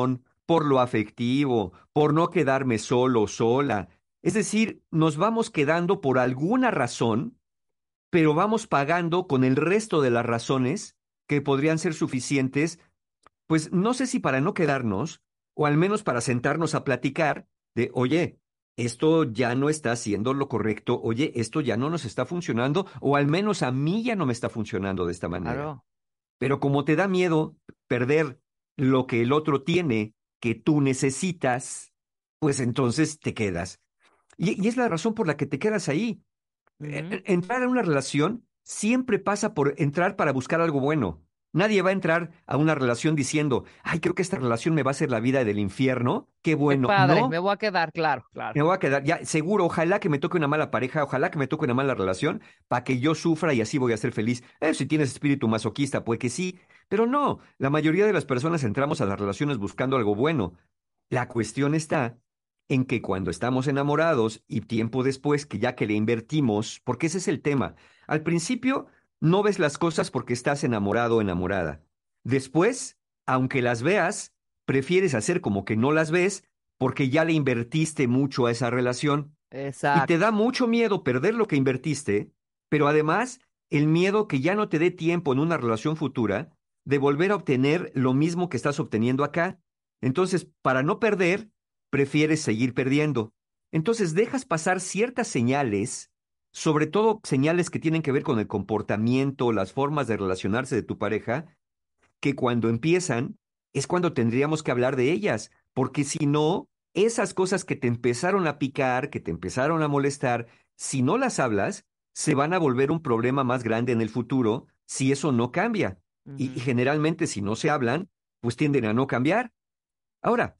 por lo afectivo, por no quedarme solo o sola. Es decir, nos vamos quedando por alguna razón, pero vamos pagando con el resto de las razones que podrían ser suficientes, pues no sé si para no quedarnos, o al menos para sentarnos a platicar de, oye, esto ya no está haciendo lo correcto, oye, esto ya no nos está funcionando, o al menos a mí ya no me está funcionando de esta manera. Claro. Pero como te da miedo perder lo que el otro tiene, que tú necesitas, pues entonces te quedas. Y es la razón por la que te quedas ahí. Ujú. Entrar en una relación siempre pasa por entrar para buscar algo bueno. Nadie va a entrar a una relación diciendo, ay, creo que esta relación me va a hacer la vida del infierno. Qué Qué bueno. padre, me No, voy a quedar, claro, claro. me voy a quedar, ya, seguro, ojalá que me toque una mala pareja, ojalá que me toque una mala relación, para que yo sufra y así voy a ser feliz. Si tienes espíritu masoquista, pues que sí, pero no, la mayoría de las personas entramos a las relaciones buscando algo bueno. La cuestión está en que cuando estamos enamorados y tiempo después, que ya que le invertimos, porque ese es el tema, al principio no ves las cosas porque estás enamorado o enamorada. Después, aunque las veas, prefieres hacer como que no las ves porque ya le invertiste mucho a esa relación y te da Exacto. mucho miedo perder lo que invertiste, pero además el miedo que ya no te dé tiempo en una relación futura de volver a obtener lo mismo que estás obteniendo acá. Entonces, para no perder, prefieres seguir perdiendo. Entonces, dejas pasar ciertas señales, sobre todo señales que tienen que ver con el comportamiento, las formas de relacionarse de tu pareja, que cuando empiezan es cuando tendríamos que hablar de ellas, porque si no, esas cosas que te empezaron a picar, que te empezaron a molestar, si no las hablas, se van a volver un problema más grande en el futuro si eso no cambia. Y Ujú. generalmente si no se hablan, pues tienden a no cambiar. Ahora,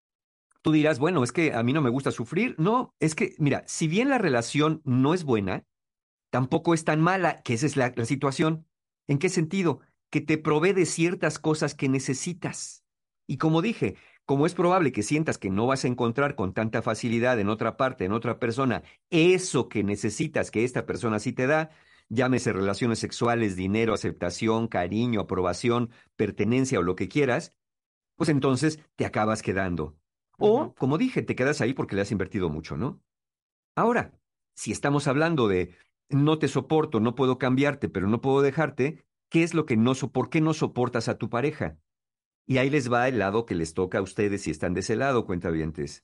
tú dirás, bueno, es que a mí no me gusta sufrir. No, es que, mira, si bien la relación no es buena, tampoco es tan mala, que esa es la situación. ¿En qué sentido? Que te provee de ciertas cosas que necesitas. Y como dije, como es probable que sientas que no vas a encontrar con tanta facilidad en otra parte, en otra persona, eso que necesitas que esta persona sí te da, llámese relaciones sexuales, dinero, aceptación, cariño, aprobación, pertenencia o lo que quieras, pues entonces te acabas quedando. Ujú. O, como dije, te quedas ahí porque le has invertido mucho, ¿no? Ahora, si estamos hablando de no te soporto, no puedo cambiarte, pero no puedo dejarte, ¿qué es lo que por qué no soportas a tu pareja? Y ahí les va el lado que les toca a ustedes si están de ese lado, cuentavientes.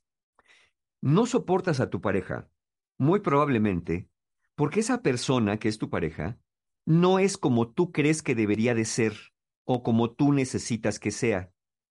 No soportas a tu pareja, muy probablemente, porque esa persona que es tu pareja no es como tú crees que debería de ser o como tú necesitas que sea.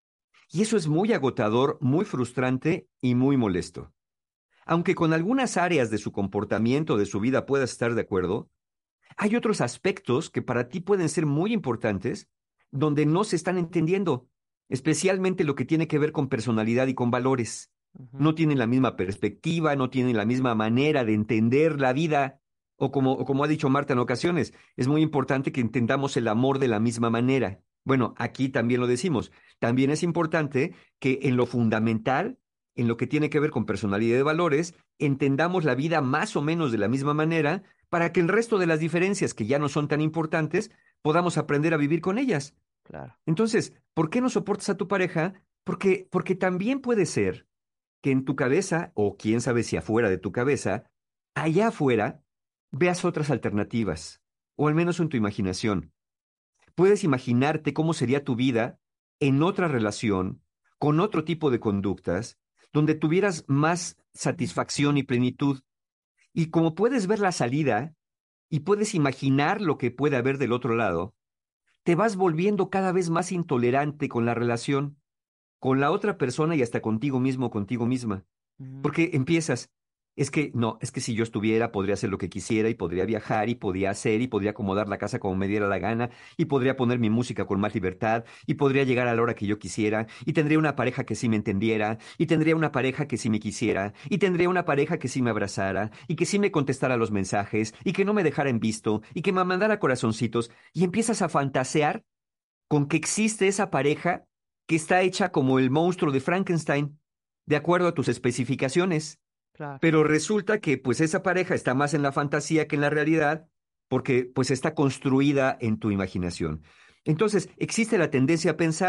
Y eso es muy agotador, muy frustrante y muy molesto. Aunque con algunas áreas de su comportamiento, de su vida puedas estar de acuerdo, hay otros aspectos que para ti pueden ser muy importantes donde no se están entendiendo, especialmente lo que tiene que ver con personalidad y con valores. Ujú. No tienen la misma perspectiva, no tienen la misma manera de entender la vida, o como ha dicho Marta en ocasiones, es muy importante que entendamos el amor de la misma manera. Bueno, aquí también lo decimos. También es importante que en lo fundamental, en lo que tiene que ver con personalidad y valores, entendamos la vida más o menos de la misma manera para que el resto de las diferencias que ya no son tan importantes podamos aprender a vivir con ellas. Claro. Entonces, ¿por qué no soportas a tu pareja? Porque también puede ser que en tu cabeza, o quién sabe si afuera de tu cabeza, allá afuera, veas otras alternativas, o al menos en tu imaginación. Puedes imaginarte cómo sería tu vida en otra relación, con otro tipo de conductas, donde tuvieras más satisfacción y plenitud. Y como puedes ver la salida y puedes imaginar lo que puede haber del otro lado, te vas volviendo cada vez más intolerante con la relación, con la otra persona y hasta contigo mismo, contigo misma. Ujú. Porque empiezas, es que no, es que si yo estuviera, podría hacer lo que quisiera y podría viajar y podría hacer y podría acomodar la casa como me diera la gana y podría poner mi música con más libertad y podría llegar a la hora que yo quisiera y tendría una pareja que sí me entendiera y tendría una pareja que sí me quisiera y tendría una pareja que sí me abrazara y que sí me contestara los mensajes y que no me dejara en visto y que me mandara corazoncitos y empiezas a fantasear con que existe esa pareja que está hecha como el monstruo de Frankenstein, de acuerdo a tus especificaciones. Claro. Pero resulta que pues esa pareja está más en la fantasía que en la realidad, porque pues está construida en tu imaginación. Entonces, existe la tendencia a pensar,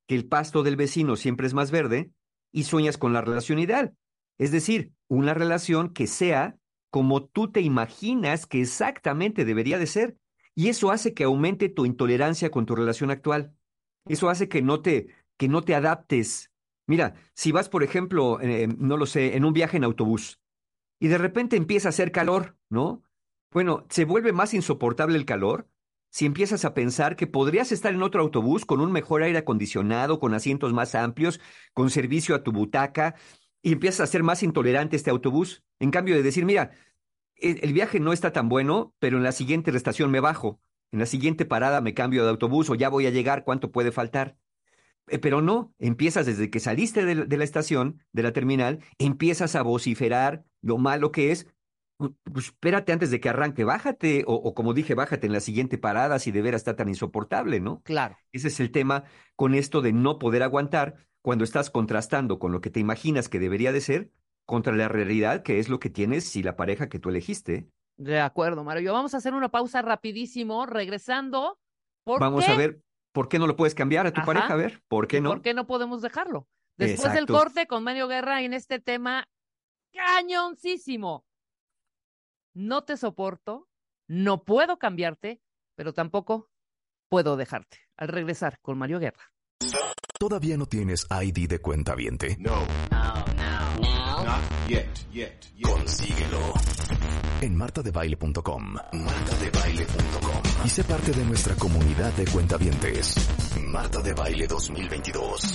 que el pasto del vecino siempre es más verde y sueñas con la relación ideal. Es decir, una relación que sea como tú te imaginas que exactamente debería de ser. Y eso hace que aumente tu intolerancia con tu relación actual. Eso hace que no te adaptes. Mira, si vas, por ejemplo, no lo sé, en un viaje en autobús y de repente empieza a hacer calor, ¿no? Bueno, se vuelve más insoportable el calor si empiezas a pensar que podrías estar en otro autobús con un mejor aire acondicionado, con asientos más amplios, con servicio a tu butaca, y empiezas a ser más intolerante a este autobús. En cambio de decir, mira, el viaje no está tan bueno, pero en la siguiente estación me bajo, en la siguiente parada me cambio de autobús o ya voy a llegar, ¿cuánto puede faltar? Pero no, empiezas desde que saliste de la estación, de la terminal, empiezas a vociferar lo malo que es. Pues espérate antes de que arranque, bájate, o como dije, bájate en la siguiente parada si de veras está tan insoportable, ¿no? Claro. Ese es el tema con esto de no poder aguantar cuando estás contrastando con lo que te imaginas que debería de ser contra la realidad que es lo que tienes y la pareja que tú elegiste. De acuerdo, Mario. Vamos a hacer una pausa rapidísimo, regresando. ¿Por Vamos a qué? ver, ¿por qué no lo puedes cambiar a tu pareja? A Ajá. ver, ¿por qué ¿Y por no? qué no podemos dejarlo? Después del Exacto. corte con Mario Guerra en este tema cañoncísimo. No te soporto, no puedo cambiarte, pero tampoco puedo dejarte. Al regresar con Mario Guerra. ¿Todavía no tienes ID de cuentaviente? No. Not yet. Consíguelo en martadebaile.com. Martadebaile.com. Y sé parte de nuestra comunidad de cuentavientes. Marta de Baile 2022.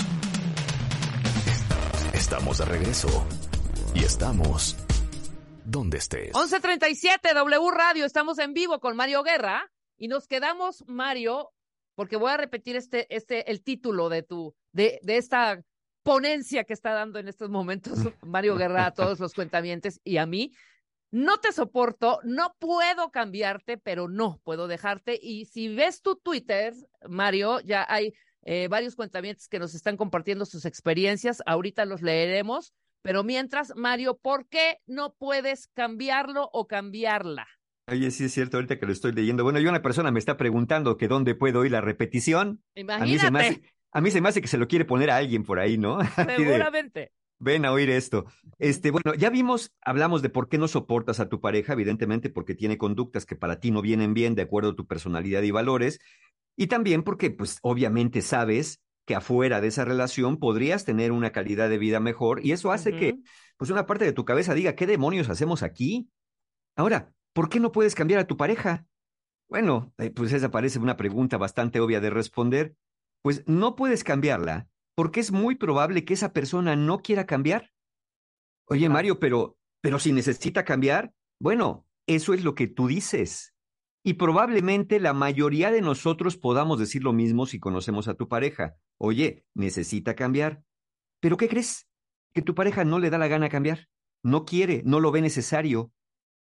Estamos de regreso. Y estamos donde estés. 11:37 W Radio, estamos en vivo con Mario Guerra y nos quedamos, Mario, porque voy a repetir el título de esta ponencia que está dando en estos momentos Mario Guerra a todos los cuentavientes y a mí. No te soporto, no puedo cambiarte, pero no puedo dejarte. Y si ves tu Twitter, Mario, ya hay varios cuentavientes que nos están compartiendo sus experiencias. Ahorita los leeremos. Pero mientras, Mario, ¿por qué no puedes cambiarlo o cambiarla? Oye, sí es cierto, ahorita que lo estoy leyendo. Bueno, y una persona me está preguntando que dónde puedo oír la repetición. Imagínate. A mí se me hace que se lo quiere poner a alguien por ahí, ¿no? Así de, Seguramente. ven a oír esto. Bueno, ya hablamos de por qué no soportas a tu pareja, evidentemente porque tiene conductas que para ti no vienen bien de acuerdo a tu personalidad y valores, y también porque, pues, obviamente sabes que afuera de esa relación podrías tener una calidad de vida mejor, y eso hace que, pues, una parte de tu cabeza diga, ¿qué demonios hacemos aquí? Ahora, ¿por qué no puedes cambiar a tu pareja? Bueno, pues esa parece una pregunta bastante obvia de responder. Pues no puedes cambiarla porque es muy probable que esa persona no quiera cambiar. Oye, Claro. Mario, pero si necesita cambiar, bueno, eso es lo que tú dices. Y probablemente la mayoría de nosotros podamos decir lo mismo si conocemos a tu pareja. Oye, necesita cambiar. ¿Pero qué crees? Que tu pareja no le da la gana cambiar. No quiere, no lo ve necesario.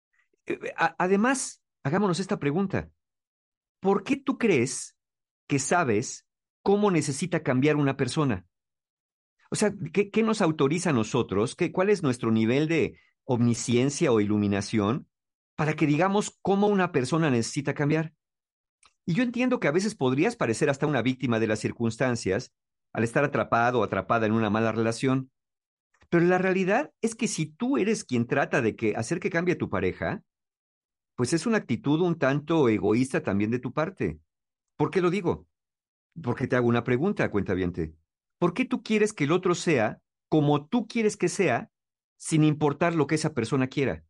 Además, hagámonos esta pregunta. ¿Por qué tú crees que sabes cómo necesita cambiar una persona? O sea, ¿qué nos autoriza a nosotros? ¿Cuál es nuestro nivel de omnisciencia o iluminación para que digamos cómo una persona necesita cambiar? Y yo entiendo que a veces podrías parecer hasta una víctima de las circunstancias al estar atrapado o atrapada en una mala relación, pero la realidad es que si tú eres quien trata de hacer que cambie tu pareja, pues es una actitud un tanto egoísta también de tu parte. ¿Por qué lo digo? Porque te hago una pregunta, cuentaviente. ¿Por qué tú quieres que el otro sea como tú quieres que sea, sin importar lo que esa persona quiera?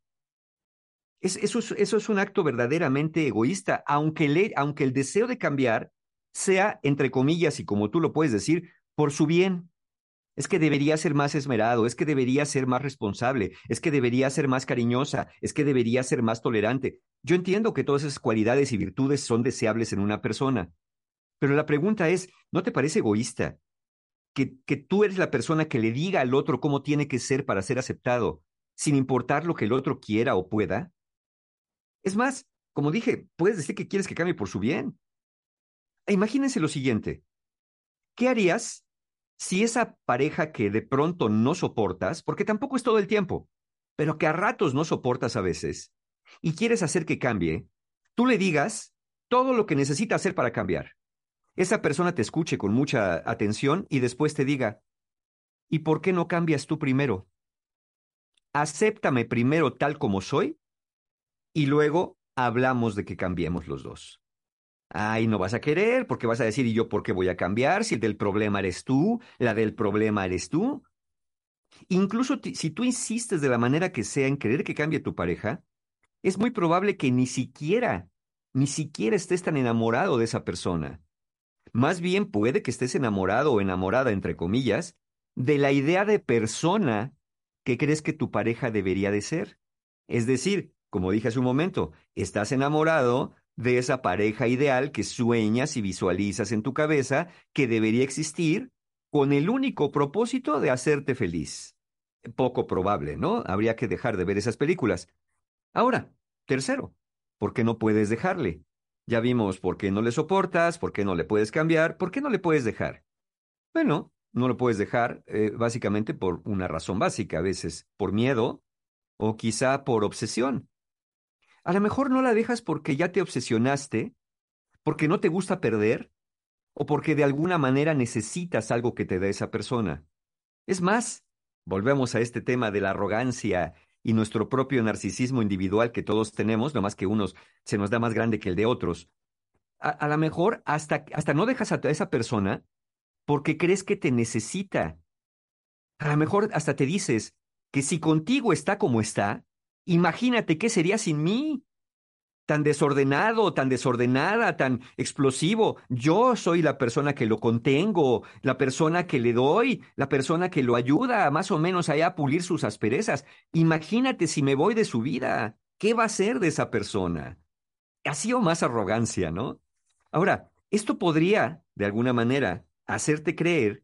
Eso es un acto verdaderamente egoísta, aunque el deseo de cambiar sea, entre comillas, y como tú lo puedes decir, por su bien. Es que debería ser más esmerado, es que debería ser más responsable, es que debería ser más cariñosa, es que debería ser más tolerante. Yo entiendo que todas esas cualidades y virtudes son deseables en una persona, pero la pregunta es, ¿no te parece egoísta que tú eres la persona que le diga al otro cómo tiene que ser para ser aceptado, sin importar lo que el otro quiera o pueda? Es más, como dije, puedes decir que quieres que cambie por su bien. Imagínense lo siguiente. ¿Qué harías si esa pareja que de pronto no soportas, porque tampoco es todo el tiempo, pero que a ratos no soportas a veces, y quieres hacer que cambie, tú le digas todo lo que necesita hacer para cambiar? esa persona te escuche con mucha atención y después te diga, ¿y por qué no cambias tú primero? Acéptame primero tal como soy y luego hablamos de que cambiemos los dos. Ay, no vas a querer porque vas a decir, ¿y yo por qué voy a cambiar? Si el del problema eres tú, la del problema eres tú. Incluso si tú insistes de la manera que sea en querer que cambie tu pareja, es muy probable que ni siquiera estés tan enamorado de esa persona. Más bien puede que estés enamorado o enamorada, entre comillas, de la idea de persona que crees que tu pareja debería de ser. Es decir, como dije hace un momento, estás enamorado de esa pareja ideal que sueñas y visualizas en tu cabeza que debería existir con el único propósito de hacerte feliz. Poco probable, ¿no? Habría que dejar de ver esas películas. Ahora, tercero, ¿por qué no puedes dejarle? Ya vimos por qué no le soportas, por qué no le puedes cambiar, por qué no le puedes dejar. Bueno, no lo puedes dejar básicamente por una razón básica, a veces por miedo o quizá por obsesión. A lo mejor no la dejas porque ya te obsesionaste, porque no te gusta perder o porque de alguna manera necesitas algo que te dé esa persona. Es más, volvemos a este tema de la arrogancia y nuestro propio narcisismo individual que todos tenemos, no más que unos se nos da más grande que el de otros. A lo mejor hasta no dejas a esa persona porque crees que te necesita. A lo mejor hasta te dices que si contigo está como está, imagínate qué sería sin mí. Tan desordenado, tan desordenada, tan explosivo. Yo soy la persona que lo contengo, la persona que le doy, la persona que lo ayuda más o menos allá a pulir sus asperezas. Imagínate si me voy de su vida. ¿Qué va a ser de esa persona? Así o más arrogancia, ¿no? Ahora, esto podría, de alguna manera, hacerte creer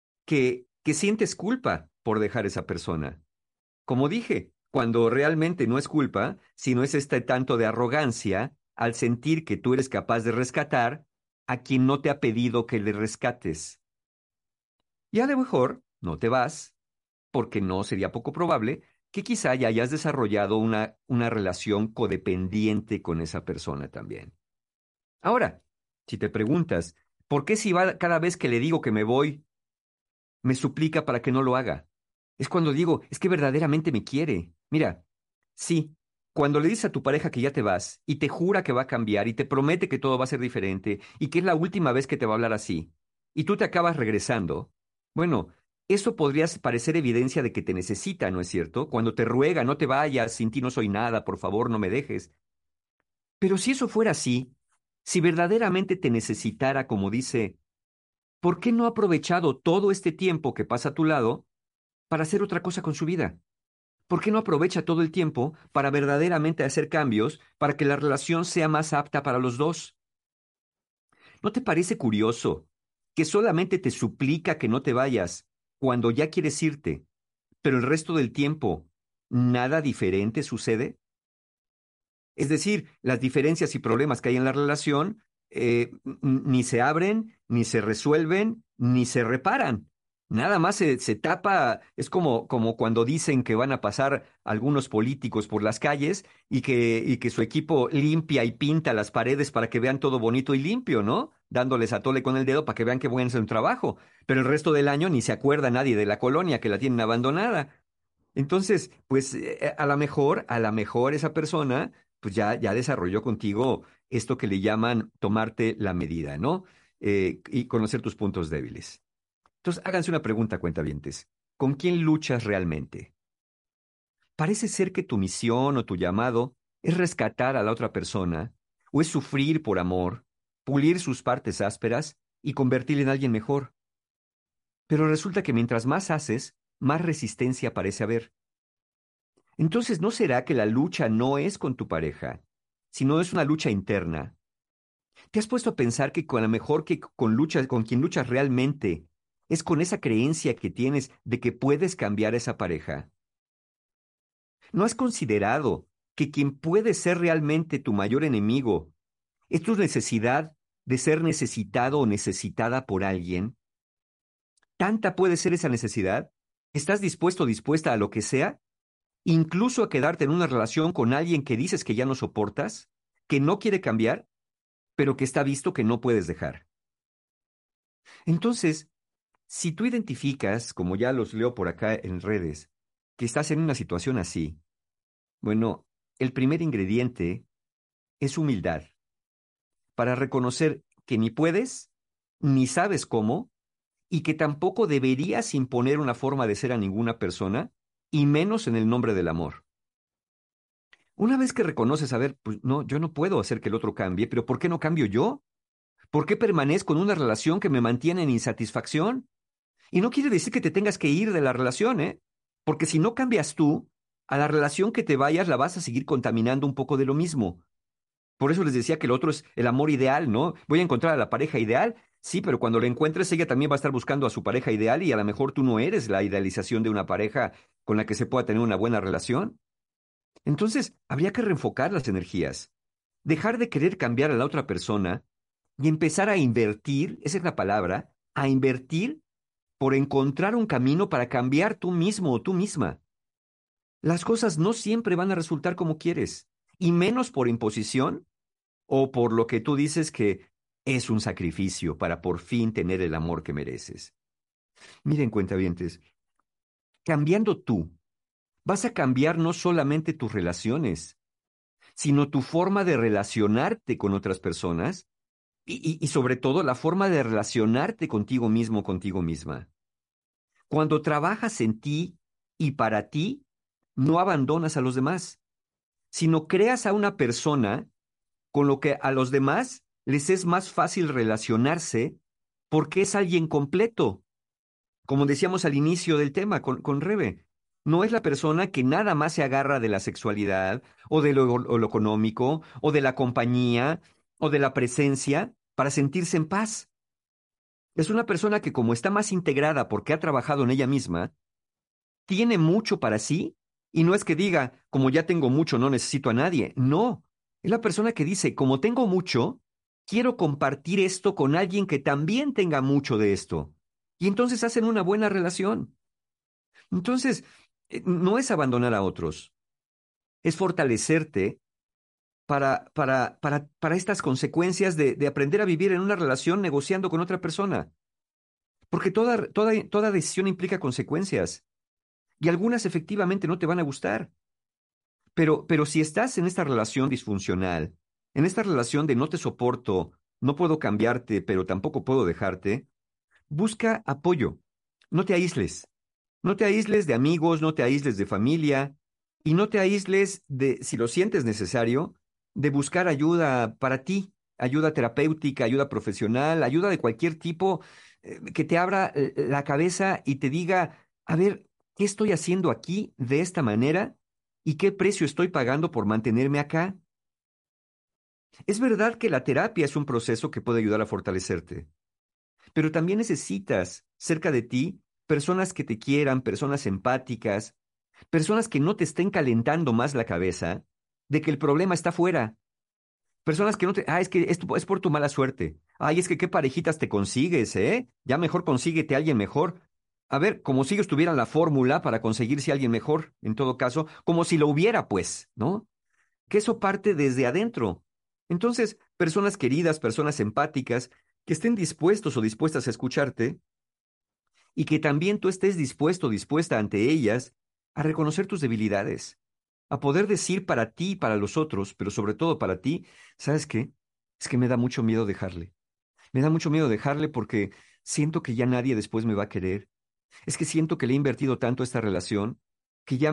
que sientes culpa por dejar esa persona. Como dije, cuando realmente no es culpa, sino es este tanto de arrogancia al sentir que tú eres capaz de rescatar a quien no te ha pedido que le rescates. Y a lo mejor no te vas, porque no sería poco probable que quizá ya hayas desarrollado una relación codependiente con esa persona también. Ahora, si te preguntas, ¿por qué si va cada vez que le digo que me voy, me suplica para que no lo haga? Es cuando digo, es que verdaderamente me quiere. Mira, sí, cuando le dices a tu pareja que ya te vas y te jura que va a cambiar y te promete que todo va a ser diferente y que es la última vez que te va a hablar así, y tú te acabas regresando, bueno, eso podría parecer evidencia de que te necesita, ¿no es cierto? Cuando te ruega, no te vayas, sin ti no soy nada, por favor, no me dejes. Pero si eso fuera así, si verdaderamente te necesitara, como dice, ¿por qué no ha aprovechado todo este tiempo que pasa a tu lado para hacer otra cosa con su vida? ¿Por qué no aprovecha todo el tiempo para verdaderamente hacer cambios para que la relación sea más apta para los dos? ¿No te parece curioso que solamente te suplica que no te vayas cuando ya quieres irte, pero el resto del tiempo nada diferente sucede? Es decir, las diferencias y problemas que hay en la relación ni se abren, ni se resuelven, ni se reparan. Nada más se tapa, es como cuando dicen que van a pasar algunos políticos por las calles y que su equipo limpia y pinta las paredes para que vean todo bonito y limpio, ¿no? Dándoles a tole con el dedo para que vean que buen es un trabajo. Pero el resto del año ni se acuerda nadie de la colonia que la tienen abandonada. Entonces, pues a lo mejor esa persona pues ya desarrolló contigo esto que le llaman tomarte la medida, ¿no? Y conocer tus puntos débiles. Entonces, háganse una pregunta, cuentavientes. ¿Con quién luchas realmente? Parece ser que tu misión o tu llamado es rescatar a la otra persona, o es sufrir por amor, pulir sus partes ásperas y convertirle en alguien mejor. Pero resulta que mientras más haces, más resistencia parece haber. Entonces, ¿no será que la lucha no es con tu pareja, sino es una lucha interna? ¿Te has puesto a pensar que con lo mejor que con quien luchas realmente es con esa creencia que tienes de que puedes cambiar a esa pareja? ¿No has considerado que quien puede ser realmente tu mayor enemigo es tu necesidad de ser necesitado o necesitada por alguien? ¿Tanta puede ser esa necesidad? ¿Estás dispuesto o dispuesta a lo que sea? ¿Incluso a quedarte en una relación con alguien que dices que ya no soportas, que no quiere cambiar, pero que está visto que no puedes dejar? Entonces, si tú identificas, como ya los leo por acá en redes, que estás en una situación así, bueno, el primer ingrediente es humildad, para reconocer que ni puedes, ni sabes cómo, y que tampoco deberías imponer una forma de ser a ninguna persona, y menos en el nombre del amor. Una vez que reconoces, a ver, pues no, yo no puedo hacer que el otro cambie, pero ¿por qué no cambio yo? ¿Por qué permanezco en una relación que me mantiene en insatisfacción? Y no quiere decir que te tengas que ir de la relación, ¿eh? Porque si no cambias tú, a la relación que te vayas la vas a seguir contaminando un poco de lo mismo. Por eso les decía que el otro es el amor ideal, ¿no? Voy a encontrar a la pareja ideal, sí, pero cuando la encuentres ella también va a estar buscando a su pareja ideal y a lo mejor tú no eres la idealización de una pareja con la que se pueda tener una buena relación. Entonces, habría que reenfocar las energías, dejar de querer cambiar a la otra persona y empezar a invertir, esa es la palabra, a invertir por encontrar un camino para cambiar tú mismo o tú misma. Las cosas no siempre van a resultar como quieres, y menos por imposición o por lo que tú dices que es un sacrificio para por fin tener el amor que mereces. Miren, cuentavientes, cambiando tú, vas a cambiar no solamente tus relaciones, sino tu forma de relacionarte con otras personas y sobre todo la forma de relacionarte contigo mismo, contigo misma. Cuando trabajas en ti y para ti, no abandonas a los demás, sino creas a una persona con lo que a los demás les es más fácil relacionarse porque es alguien completo. Como decíamos al inicio del tema con Rebe, no es la persona que nada más se agarra de la sexualidad o lo económico o de la compañía o de la presencia para sentirse en paz. Es una persona que como está más integrada porque ha trabajado en ella misma, tiene mucho para sí y no es que diga, como ya tengo mucho, no necesito a nadie. No, es la persona que dice, como tengo mucho, quiero compartir esto con alguien que también tenga mucho de esto. Y entonces hacen una buena relación. Entonces, no es abandonar a otros, es fortalecerte para estas consecuencias de aprender a vivir en una relación negociando con otra persona. Porque toda decisión implica consecuencias y algunas efectivamente no te van a gustar. Pero si estás en esta relación disfuncional, en esta relación de no te soporto, no puedo cambiarte, pero tampoco puedo dejarte, busca apoyo. No te aísles. No te aísles de amigos, no te aísles de familia y no te aísles de, si lo sientes necesario, de buscar ayuda para ti, ayuda terapéutica, ayuda profesional, ayuda de cualquier tipo que te abra la cabeza y te diga, a ver, ¿qué estoy haciendo aquí de esta manera? ¿Y qué precio estoy pagando por mantenerme acá? Es verdad que la terapia es un proceso que puede ayudar a fortalecerte, pero también necesitas cerca de ti personas que te quieran, personas empáticas, personas que no te estén calentando más la cabeza de que el problema está fuera. Personas que no te, es que esto es por tu mala suerte. Ay, es que qué parejitas te consigues, ¿eh? Ya mejor consíguete a alguien mejor. A ver, como si ellos tuvieran la fórmula para conseguirse a alguien mejor, en todo caso, como si lo hubiera, pues, ¿no? Que eso parte desde adentro. Entonces, personas queridas, personas empáticas, que estén dispuestos o dispuestas a escucharte y que también tú estés dispuesto o dispuesta ante ellas a reconocer tus debilidades, a poder decir para ti y para los otros, pero sobre todo para ti, ¿sabes qué? Es que me da mucho miedo dejarle. Me da mucho miedo dejarle porque siento que ya nadie después me va a querer. Es que siento que le he invertido tanto a esta relación que ya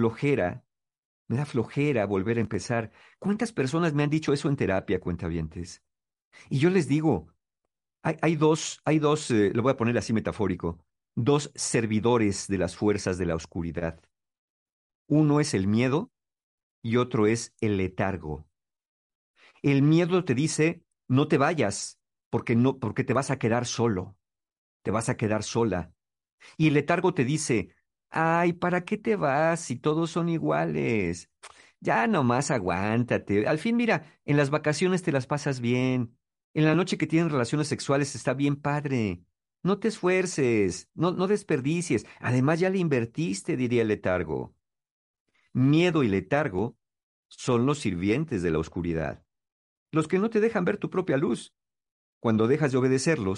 me da flojera volver a empezar. ¿Cuántas personas me han dicho eso en terapia, cuentavientes? Y yo les digo, hay dos, lo voy a poner así metafórico, dos servidores de las fuerzas de la oscuridad. Uno es el miedo y otro es el letargo. El miedo te dice, no te vayas, porque no, porque te vas a quedar solo, te vas a quedar sola. Y el letargo te dice, ay, ¿para qué te vas si todos son iguales? Ya nomás aguántate. Al fin, mira, en las vacaciones te las pasas bien. En la noche que tienen relaciones sexuales está bien padre. No te esfuerces, no desperdicies. Además, ya le invertiste, diría el letargo. Miedo y letargo son los sirvientes de la oscuridad, los que no te dejan ver tu propia luz. Cuando dejas de obedecerlos,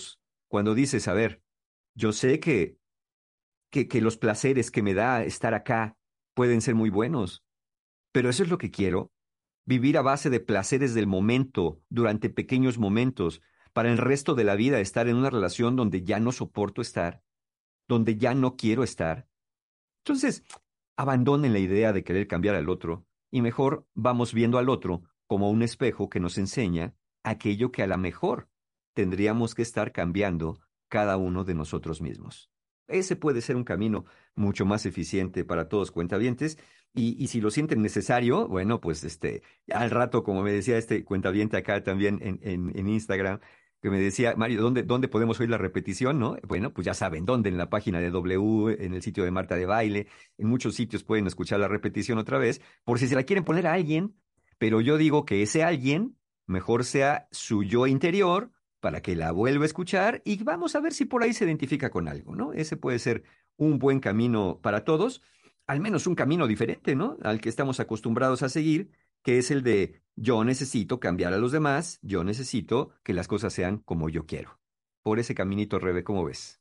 cuando dices, a ver, yo sé que los placeres que me da estar acá pueden ser muy buenos, pero eso es lo que quiero, vivir a base de placeres del momento, durante pequeños momentos, para el resto de la vida estar en una relación donde ya no soporto estar, donde ya no quiero estar. Entonces, abandonen la idea de querer cambiar al otro y mejor vamos viendo al otro como un espejo que nos enseña aquello que a lo mejor tendríamos que estar cambiando cada uno de nosotros mismos. Ese puede ser un camino mucho más eficiente para todos cuentavientes y si lo sienten necesario, bueno, pues al rato, como me decía este cuentaviente acá también en Instagram, que me decía, Mario, ¿dónde podemos oír la repetición, no? Bueno, pues ya saben, ¿dónde? En la página de W, en el sitio de Marta de Baile, en muchos sitios pueden escuchar la repetición otra vez, por si se la quieren poner a alguien, pero yo digo que ese alguien mejor sea su yo interior, para que la vuelva a escuchar y vamos a ver si por ahí se identifica con algo, ¿no? Ese puede ser un buen camino para todos, al menos un camino diferente, ¿no? Al que estamos acostumbrados a seguir, que es el de yo necesito cambiar a los demás, yo necesito que las cosas sean como yo quiero. Por ese caminito, Rebe, ¿cómo ves?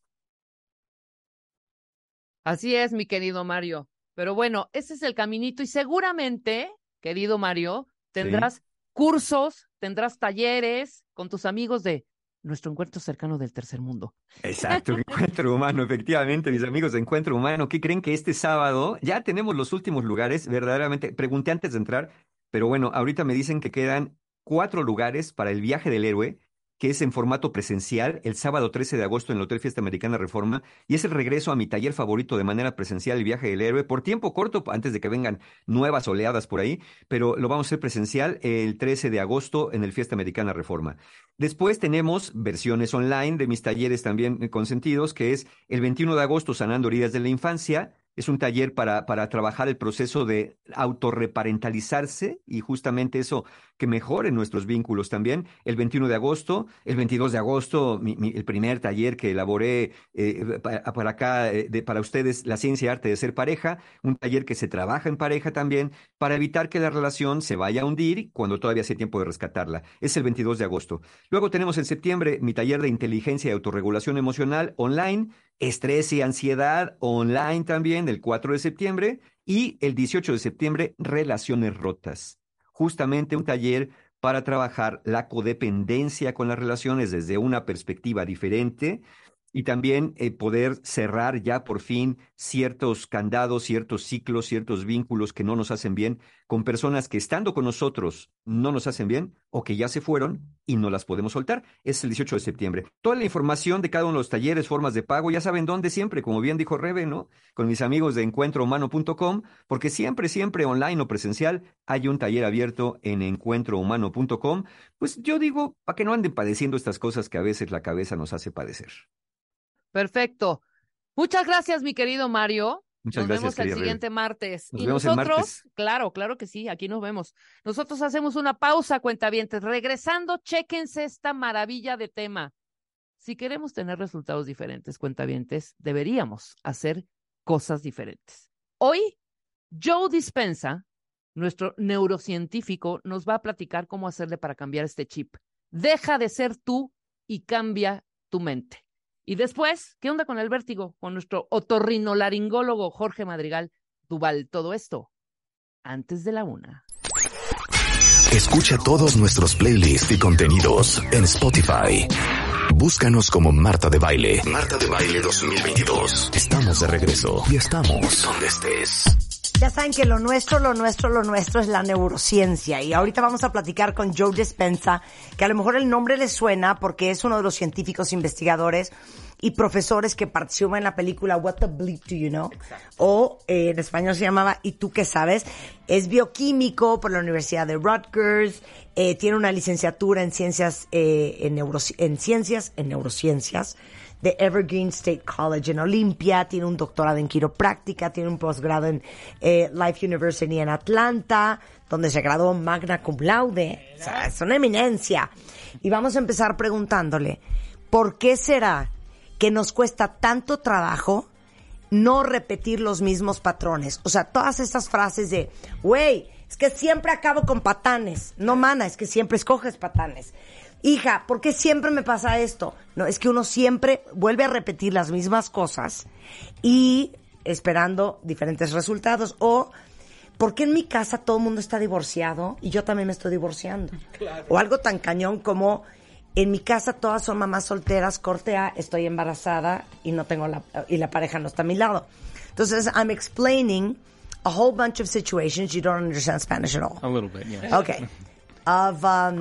Así es, mi querido Mario. Pero bueno, ese es el caminito y seguramente, querido Mario, tendrás cursos, tendrás talleres con tus amigos de nuestro encuentro cercano del tercer mundo. Exacto, Encuentro Humano, efectivamente, mis amigos de Encuentro Humano. ¿Qué creen que este sábado ya tenemos los últimos lugares? Verdaderamente, pregunté antes de entrar, pero bueno, ahorita me dicen que quedan 4 lugares para el viaje del héroe, que es en formato presencial, el sábado 13 de agosto en el Hotel Fiesta Americana Reforma, y es el regreso a mi taller favorito de manera presencial, el viaje del héroe, por tiempo corto, antes de que vengan nuevas oleadas por ahí, pero lo vamos a hacer presencial el 13 de agosto en el Fiesta Americana Reforma. Después tenemos versiones online de mis talleres también consentidos, que es el 21 de agosto, Sanando Heridas de la Infancia. Es un taller para trabajar el proceso de autorreparentalizarse y justamente eso, que mejore nuestros vínculos también. El 21 de agosto, el 22 de agosto, el primer taller que elaboré para acá, para ustedes, La Ciencia y Arte de Ser Pareja, un taller que se trabaja en pareja también para evitar que la relación se vaya a hundir cuando todavía sea tiempo de rescatarla. Es el 22 de agosto. Luego tenemos en septiembre mi taller de Inteligencia y Autorregulación Emocional online, Estrés y Ansiedad online también, el 4 de septiembre, y el 18 de septiembre, Relaciones Rotas. Justamente un taller para trabajar la codependencia con las relaciones desde una perspectiva diferente y también poder cerrar ya por fin ciertos candados, ciertos ciclos, ciertos vínculos que no nos hacen bien con personas que estando con nosotros no nos hacen bien o que ya se fueron y no las podemos soltar. Es el 18 de septiembre. Toda la información de cada uno de los talleres, formas de pago, ya saben dónde siempre, como bien dijo Rebe, ¿no? Con mis amigos de encuentrohumano.com, porque siempre, siempre online o presencial hay un taller abierto en encuentrohumano.com. Pues yo digo, para que no anden padeciendo estas cosas que a veces la cabeza nos hace padecer. Perfecto. Muchas gracias, mi querido Mario. Muchas nos gracias, vemos el siguiente martes. Nos y vemos nosotros, el martes. claro que sí, aquí nos vemos. Nosotros hacemos una pausa, cuentavientes. Regresando, chéquense esta maravilla de tema. Si queremos tener resultados diferentes, cuentavientes, deberíamos hacer cosas diferentes. Hoy, Joe Dispenza, nuestro neurocientífico, nos va a platicar cómo hacerle para cambiar este chip. Deja de ser tú y cambia tu mente. Y después, ¿qué onda con el vértigo? Con nuestro otorrinolaringólogo Jorge Madrigal Duval. Todo esto antes de la 1. Escucha todos nuestros playlists y contenidos en Spotify. Búscanos como Marta de Baile. Marta de Baile 2022. Estamos de regreso y estamos donde estés. Ya saben que lo nuestro es la neurociencia. Y ahorita vamos a platicar con Joe Dispenza, que a lo mejor el nombre les suena porque es uno de los científicos investigadores y profesores que participan en la película What the Bleep Do You Know? Exacto. O en español se llamaba ¿Y tú qué sabes? Es bioquímico por la Universidad de Rutgers, tiene una licenciatura en ciencias, en neurociencias de Evergreen State College en Olympia, tiene un doctorado en quiropráctica, tiene un posgrado en Life University en Atlanta, donde se graduó magna cum laude. O sea, es una eminencia. Y vamos a empezar preguntándole, ¿por qué será que nos cuesta tanto trabajo no repetir los mismos patrones? O sea, todas estas frases de, güey, es que siempre acabo con patanes. No, mana, es que siempre escoges patanes. hija, ¿por qué siempre me pasa esto? No, es que uno siempre vuelve a repetir las mismas cosas y esperando diferentes resultados. O, ¿por qué en mi casa todo el mundo está divorciado y yo también me estoy divorciando? Claro. O algo tan cañón como, en mi casa todas son mamás solteras, corte A, estoy embarazada y no tengo y la pareja no está a mi lado. Entonces, I'm explaining a whole bunch of situations. You don't understand Spanish at all. A little bit, yeah. Okay. Of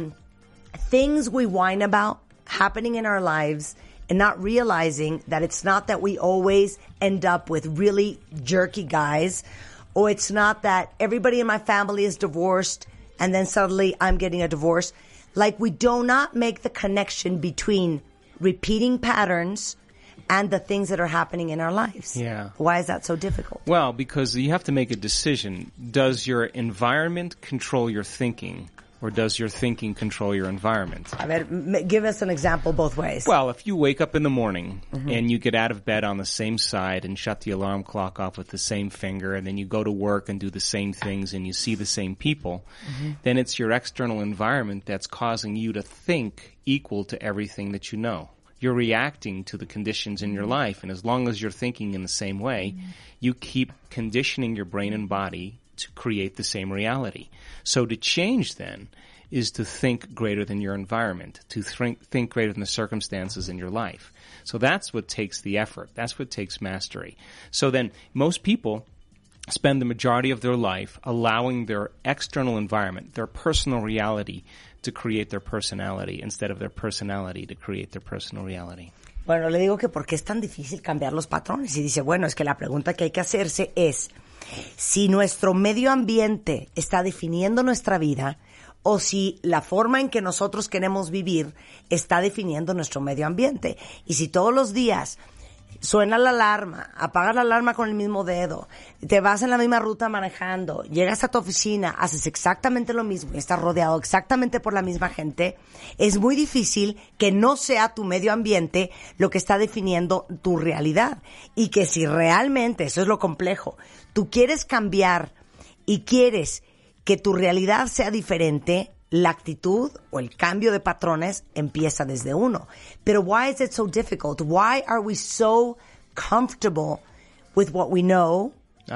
things we whine about happening in our lives and not realizing that it's not that we always end up with really jerky guys, or it's not that everybody in my family is divorced and then suddenly I'm getting a divorce. Like, we do not make the connection between repeating patterns and the things that are happening in our lives. Yeah. Why is that so difficult? Well, because you have to make a decision. Does your environment control your thinking, or does your thinking control your environment? A ver, give us an example both ways. Well, if you wake up in the morning and you get out of bed on the same side and shut the alarm clock off with the same finger, and then you go to work and do the same things and you see the same people, then it's your external environment that's causing you to think equal to everything that you know. You're reacting to the conditions in your life, and as long as you're thinking in the same way, you keep conditioning your brain and body to create the same reality. So to change then is to think greater than your environment, to think greater than the circumstances in your life. So that's what takes the effort. That's what takes mastery. So then most people spend the majority of their life allowing their external environment, their personal reality, to create their personality instead of their personality to create their personal reality. Bueno, le digo que por qué es tan difícil cambiar los patrones. Y dice, bueno, es que la pregunta que hay que hacerse es si nuestro medio ambiente está definiendo nuestra vida o si la forma en que nosotros queremos vivir está definiendo nuestro medio ambiente. Y si todos los días suena la alarma, apagas la alarma con el mismo dedo, te vas en la misma ruta manejando, llegas a tu oficina, haces exactamente lo mismo y estás rodeado exactamente por la misma gente, es muy difícil que no sea tu medio ambiente lo que está definiendo tu realidad. Y que si realmente, eso es lo complejo, tú quieres cambiar y quieres que tu realidad sea diferente, la actitud o el cambio de patrones empieza desde uno. Pero why is it so difficult? Why are we so comfortable with what we know?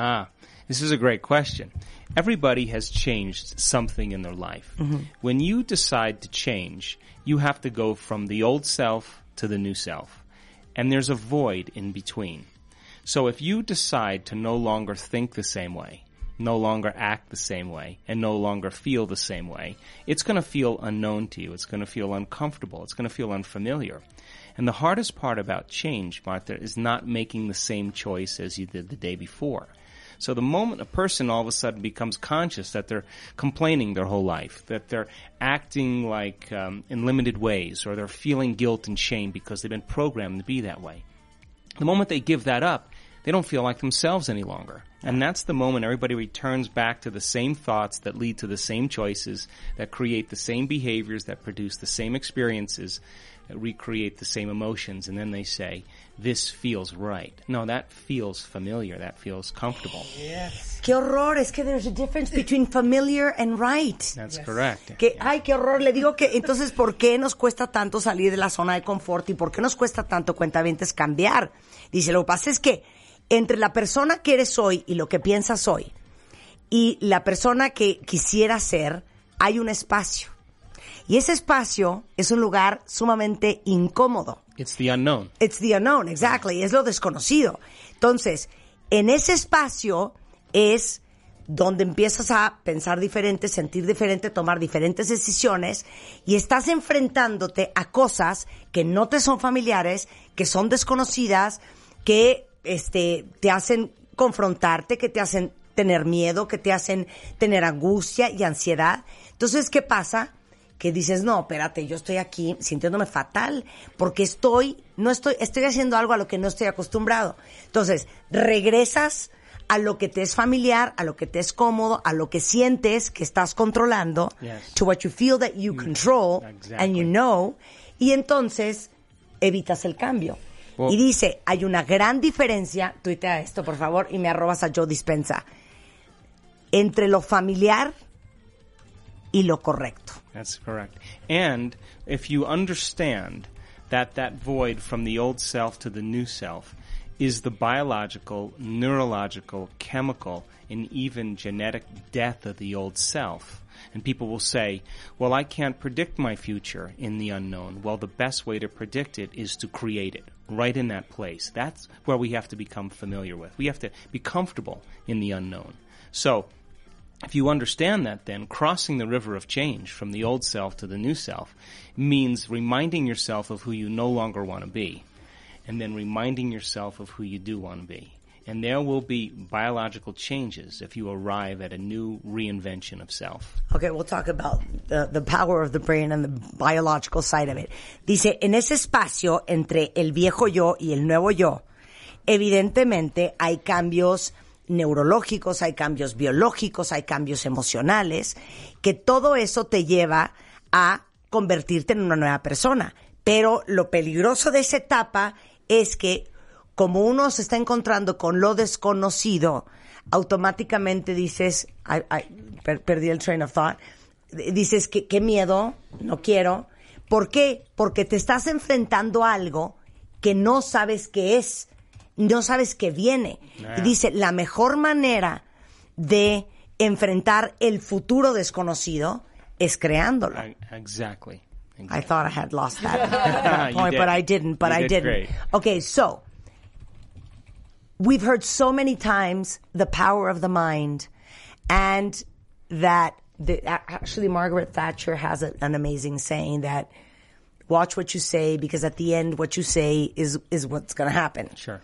This is a great question. Everybody has changed something in their life. When you decide to change, you have to go from the old self to the new self. And there's a void in between. So if you decide to no longer think the same way, no longer act the same way, and no longer feel the same way, it's going to feel unknown to you. It's going to feel uncomfortable. It's going to feel unfamiliar. And the hardest part about change, Martha, is not making the same choice as you did the day before. So the moment a person all of a sudden becomes conscious that they're complaining their whole life, that they're acting like in limited ways, or they're feeling guilt and shame because they've been programmed to be that way, the moment they give that up, they don't feel like themselves any longer. And that's the moment everybody returns back to the same thoughts that lead to the same choices, that create the same behaviors, that produce the same experiences, that recreate the same emotions. And then they say, this feels right. No, that feels familiar. That feels comfortable. Yes. Qué horror. Es que there's a difference between familiar and right. That's correct. Ay, qué horror. Le digo que entonces, ¿por qué nos cuesta tanto salir de la zona de confort? ¿Y por qué nos cuesta tanto, cuentavientes, cambiar? Dice, lo que pasa es que entre la persona que eres hoy y lo que piensas hoy y la persona que quisiera ser, hay un espacio. Y ese espacio es un lugar sumamente incómodo. It's the unknown. It's the unknown, exactly. Es lo desconocido. Entonces, en ese espacio es donde empiezas a pensar diferente, sentir diferente, tomar diferentes decisiones y estás enfrentándote a cosas que no te son familiares, que son desconocidas, que te hacen confrontarte, que te hacen tener miedo, que te hacen tener angustia y ansiedad. Entonces, ¿qué pasa? Que dices, no, espérate, yo estoy aquí sintiéndome fatal porque estoy haciendo algo a lo que no estoy acostumbrado. Entonces, regresas a lo que te es familiar, a lo que te es cómodo, a lo que sientes que estás controlando, yes, to what you feel that you control, exactly, and you know, y entonces evitas el cambio. Well, y dice, hay una gran diferencia, tuitea esto por favor y me arrobas a Joe Dispenza, entre lo familiar y lo correcto. That's correct. And if you understand that void from the old self to the new self is the biological, neurological, chemical, and even genetic death of the old self. And people will say, well, I can't predict my future in the unknown. Well, the best way to predict it is to create it right in that place. That's where we have to become familiar with. We have to be comfortable in the unknown. So if you understand that, then crossing the river of change from the old self to the new self means reminding yourself of who you no longer want to be, and then reminding yourself of who you do want to be. And there will be biological changes if you arrive at a new reinvention of self. Okay, we'll talk about the power of the brain and the biological side of it. Dice, en ese espacio entre el viejo yo y el nuevo yo, evidentemente hay cambios neurológicos, hay cambios biológicos, hay cambios emocionales, que todo eso te lleva a convertirte en una nueva persona. Pero lo peligroso de esa etapa es que como uno se está encontrando con lo desconocido, automáticamente dices, perdí el train of thought, dices que qué miedo, no quiero. ¿Por qué? Porque te estás enfrentando a algo que no sabes qué es, no sabes qué viene. Y dice, la mejor manera de enfrentar el futuro desconocido es creándolo. Exactly. I thought I had lost that point, but I didn't. Great. Okay, so we've heard so many times the power of the mind, and that actually Margaret Thatcher has an amazing saying that watch what you say, because at the end what you say is what's going to happen. Sure.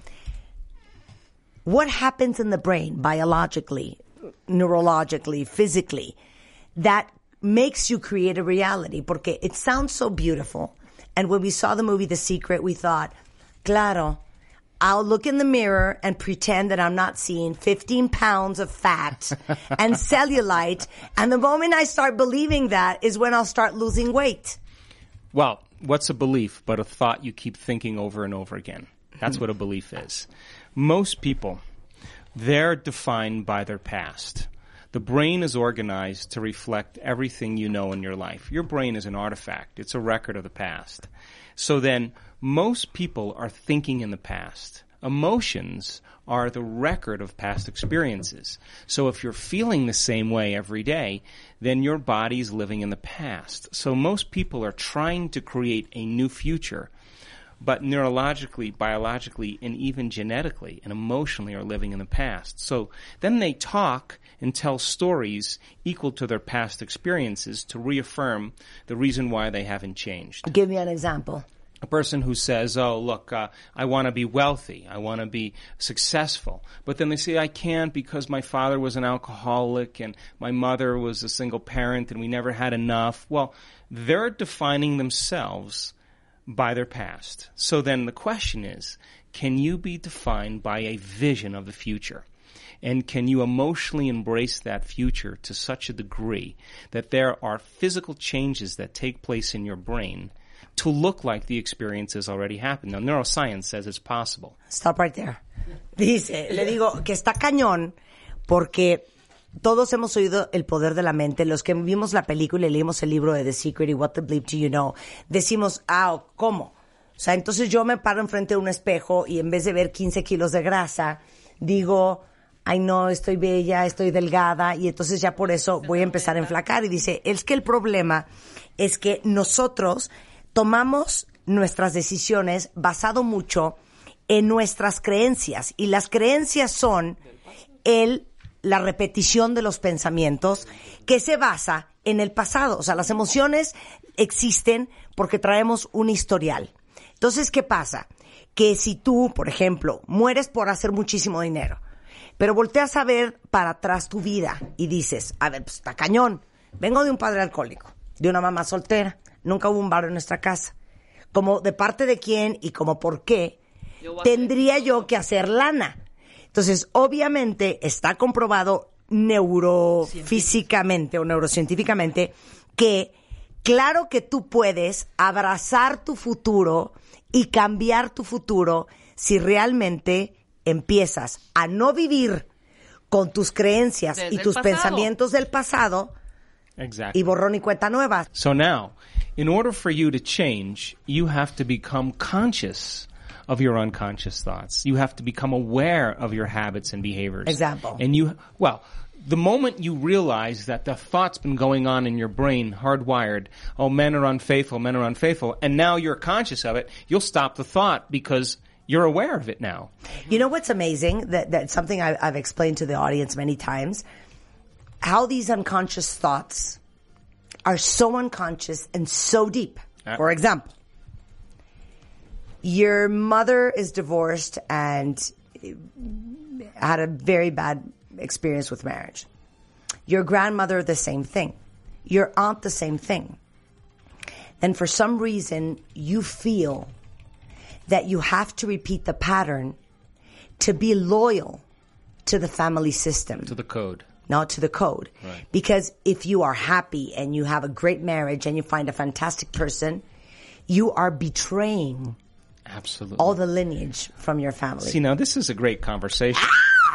What happens in the brain biologically, neurologically, physically, that makes you create a reality? Porque it sounds so beautiful. And when we saw the movie The Secret, we thought, claro, I'll look in the mirror and pretend that I'm not seeing 15 pounds of fat and cellulite. And the moment I start believing that is when I'll start losing weight. Well, what's a belief but a thought you keep thinking over and over again? That's what a belief is. Most people, they're defined by their past. The brain is organized to reflect everything you know in your life. Your brain is an artifact. It's a record of the past. So then, most people are thinking in the past. Emotions are the record of past experiences. So if you're feeling the same way every day, then your body's living in the past. So most people are trying to create a new future, but neurologically, biologically, and even genetically and emotionally are living in the past. So then they talk and tell stories equal to their past experiences to reaffirm the reason why they haven't changed. Give me an example. A person who says, oh, look, I want to be wealthy, I want to be successful. But then they say, I can't because my father was an alcoholic and my mother was a single parent and we never had enough. Well, they're defining themselves by their past. So then the question is, can you be defined by a vision of the future? And can you emotionally embrace that future to such a degree that there are physical changes that take place in your brain to look like the experience has already happened? Now, neuroscience says it's possible. Stop right there. Dice, le digo que está cañón porque todos hemos oído El poder de la mente. Los que vimos la película y leímos el libro de The Secret y What the Bleep Do You Know, decimos, ¿cómo? O sea, entonces yo me paro enfrente de un espejo y en vez de ver 15 kilos de grasa, digo, ay no, estoy bella, estoy delgada, y entonces ya por eso voy a empezar a enflacar. Y dice, es que el problema es que nosotros tomamos nuestras decisiones basado mucho en nuestras creencias, y las creencias son la repetición de los pensamientos que se basa en el pasado. O sea, las emociones existen porque traemos un historial. Entonces, ¿qué pasa? Que si tú, por ejemplo, mueres por hacer muchísimo dinero, pero volteas a ver para atrás tu vida y dices, a ver, pues está cañón. Vengo de un padre alcohólico, de una mamá soltera, nunca hubo un bar en nuestra casa. Como de parte de quién y como por qué tendría yo que hacer lana. Entonces, obviamente, está comprobado neurofísicamente o neurocientíficamente que claro que tú puedes abrazar tu futuro y cambiar tu futuro si realmente empiezas a no vivir con tus creencias y tus pensamientos del pasado, Exactly. Y borrón y cuenta nueva. So now, in order for you to change, you have to become conscious of your unconscious thoughts. You have to become aware of your habits and behaviors. Example. And the moment you realize that the thought's been going on in your brain, hardwired, oh, men are unfaithful, and now you're conscious of it, you'll stop the thought because you're aware of it now. You know what's amazing? That's something I've explained to the audience many times. How these unconscious thoughts are so unconscious and so deep. For example, your mother is divorced and had a very bad experience with marriage. Your grandmother, the same thing. Your aunt, the same thing. And for some reason, you feel that you have to repeat the pattern to be loyal to the family system. To the code. Not to the code. Right. Because if you are happy and you have a great marriage and you find a fantastic person, you are betraying Absolutely. all the lineage from your family. See, now this is a great conversation.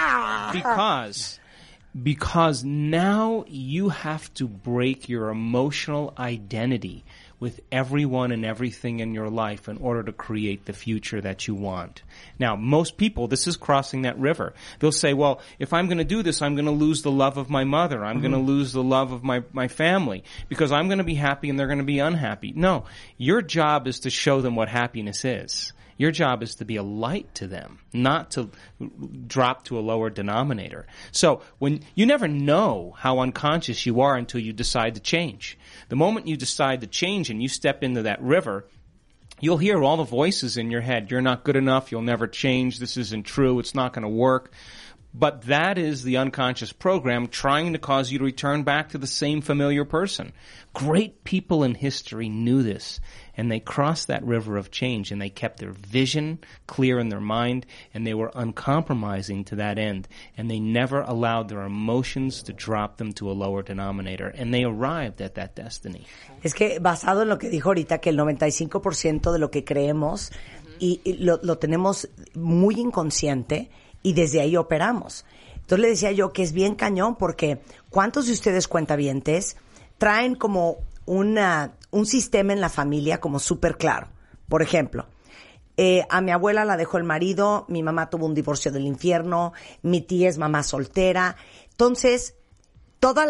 Because now you have to break your emotional identity with everyone and everything in your life in order to create the future that you want. Now, most people, this is crossing that river. They'll say, well, if I'm going to do this, I'm going to lose the love of my mother. I'm going to lose the love of my family because I'm going to be happy and they're going to be unhappy. No, your job is to show them what happiness is. Your job is to be a light to them, not to drop to a lower denominator. So when you never know how unconscious you are until you decide to change. The moment you decide to change and you step into that river, you'll hear all the voices in your head. You're not good enough. You'll never change. This isn't true. It's not going to work. But that is the unconscious program trying to cause you to return back to the same familiar person. Great people in history knew this, and they crossed that river of change, and they kept their vision clear in their mind, and they were uncompromising to that end, and they never allowed their emotions to drop them to a lower denominator, and they arrived at that destiny. Es que basado en lo que dijo ahorita, que el 95% de lo que creemos y lo tenemos muy inconsciente, y desde ahí operamos. Entonces le decía yo que es bien cañón porque ¿cuántos de ustedes cuentavientes traen como un sistema en la familia como súper claro? Por ejemplo, a mi abuela la dejó el marido, mi mamá tuvo un divorcio del infierno, mi tía es mamá soltera. Entonces, toda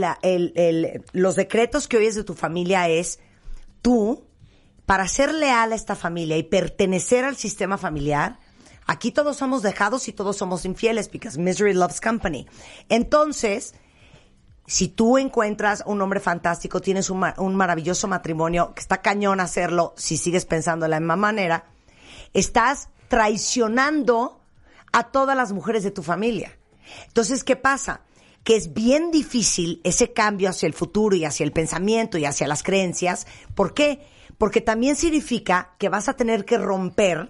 los decretos que oyes de tu familia es tú, para ser leal a esta familia y pertenecer al sistema familiar. Aquí todos somos dejados y todos somos infieles because misery loves company. Entonces, si tú encuentras un hombre fantástico, tienes un maravilloso matrimonio, que está cañón hacerlo si sigues pensando de la misma manera, estás traicionando a todas las mujeres de tu familia. Entonces, ¿qué pasa? Que es bien difícil ese cambio hacia el futuro y hacia el pensamiento y hacia las creencias. ¿Por qué? Porque también significa que vas a tener que romper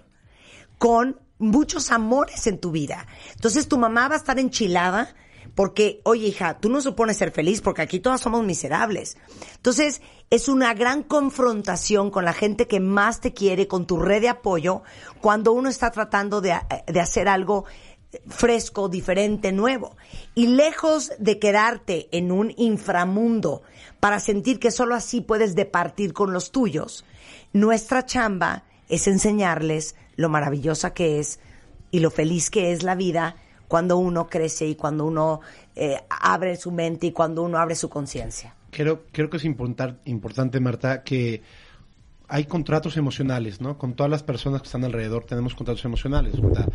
con muchos amores en tu vida. Entonces tu mamá va a estar enchilada porque, oye hija, tú no supones ser feliz porque aquí todas somos miserables. Entonces es una gran confrontación con la gente que más te quiere, con tu red de apoyo, cuando uno está tratando de hacer algo fresco, diferente, nuevo. Y lejos de quedarte en un inframundo para sentir que solo así puedes departir con los tuyos, nuestra chamba es enseñarles lo maravillosa que es y lo feliz que es la vida cuando uno crece y cuando uno abre su mente y cuando uno abre su conciencia. Creo que es importante, Marta, que hay contratos emocionales, ¿no? Con todas las personas que están alrededor tenemos contratos emocionales.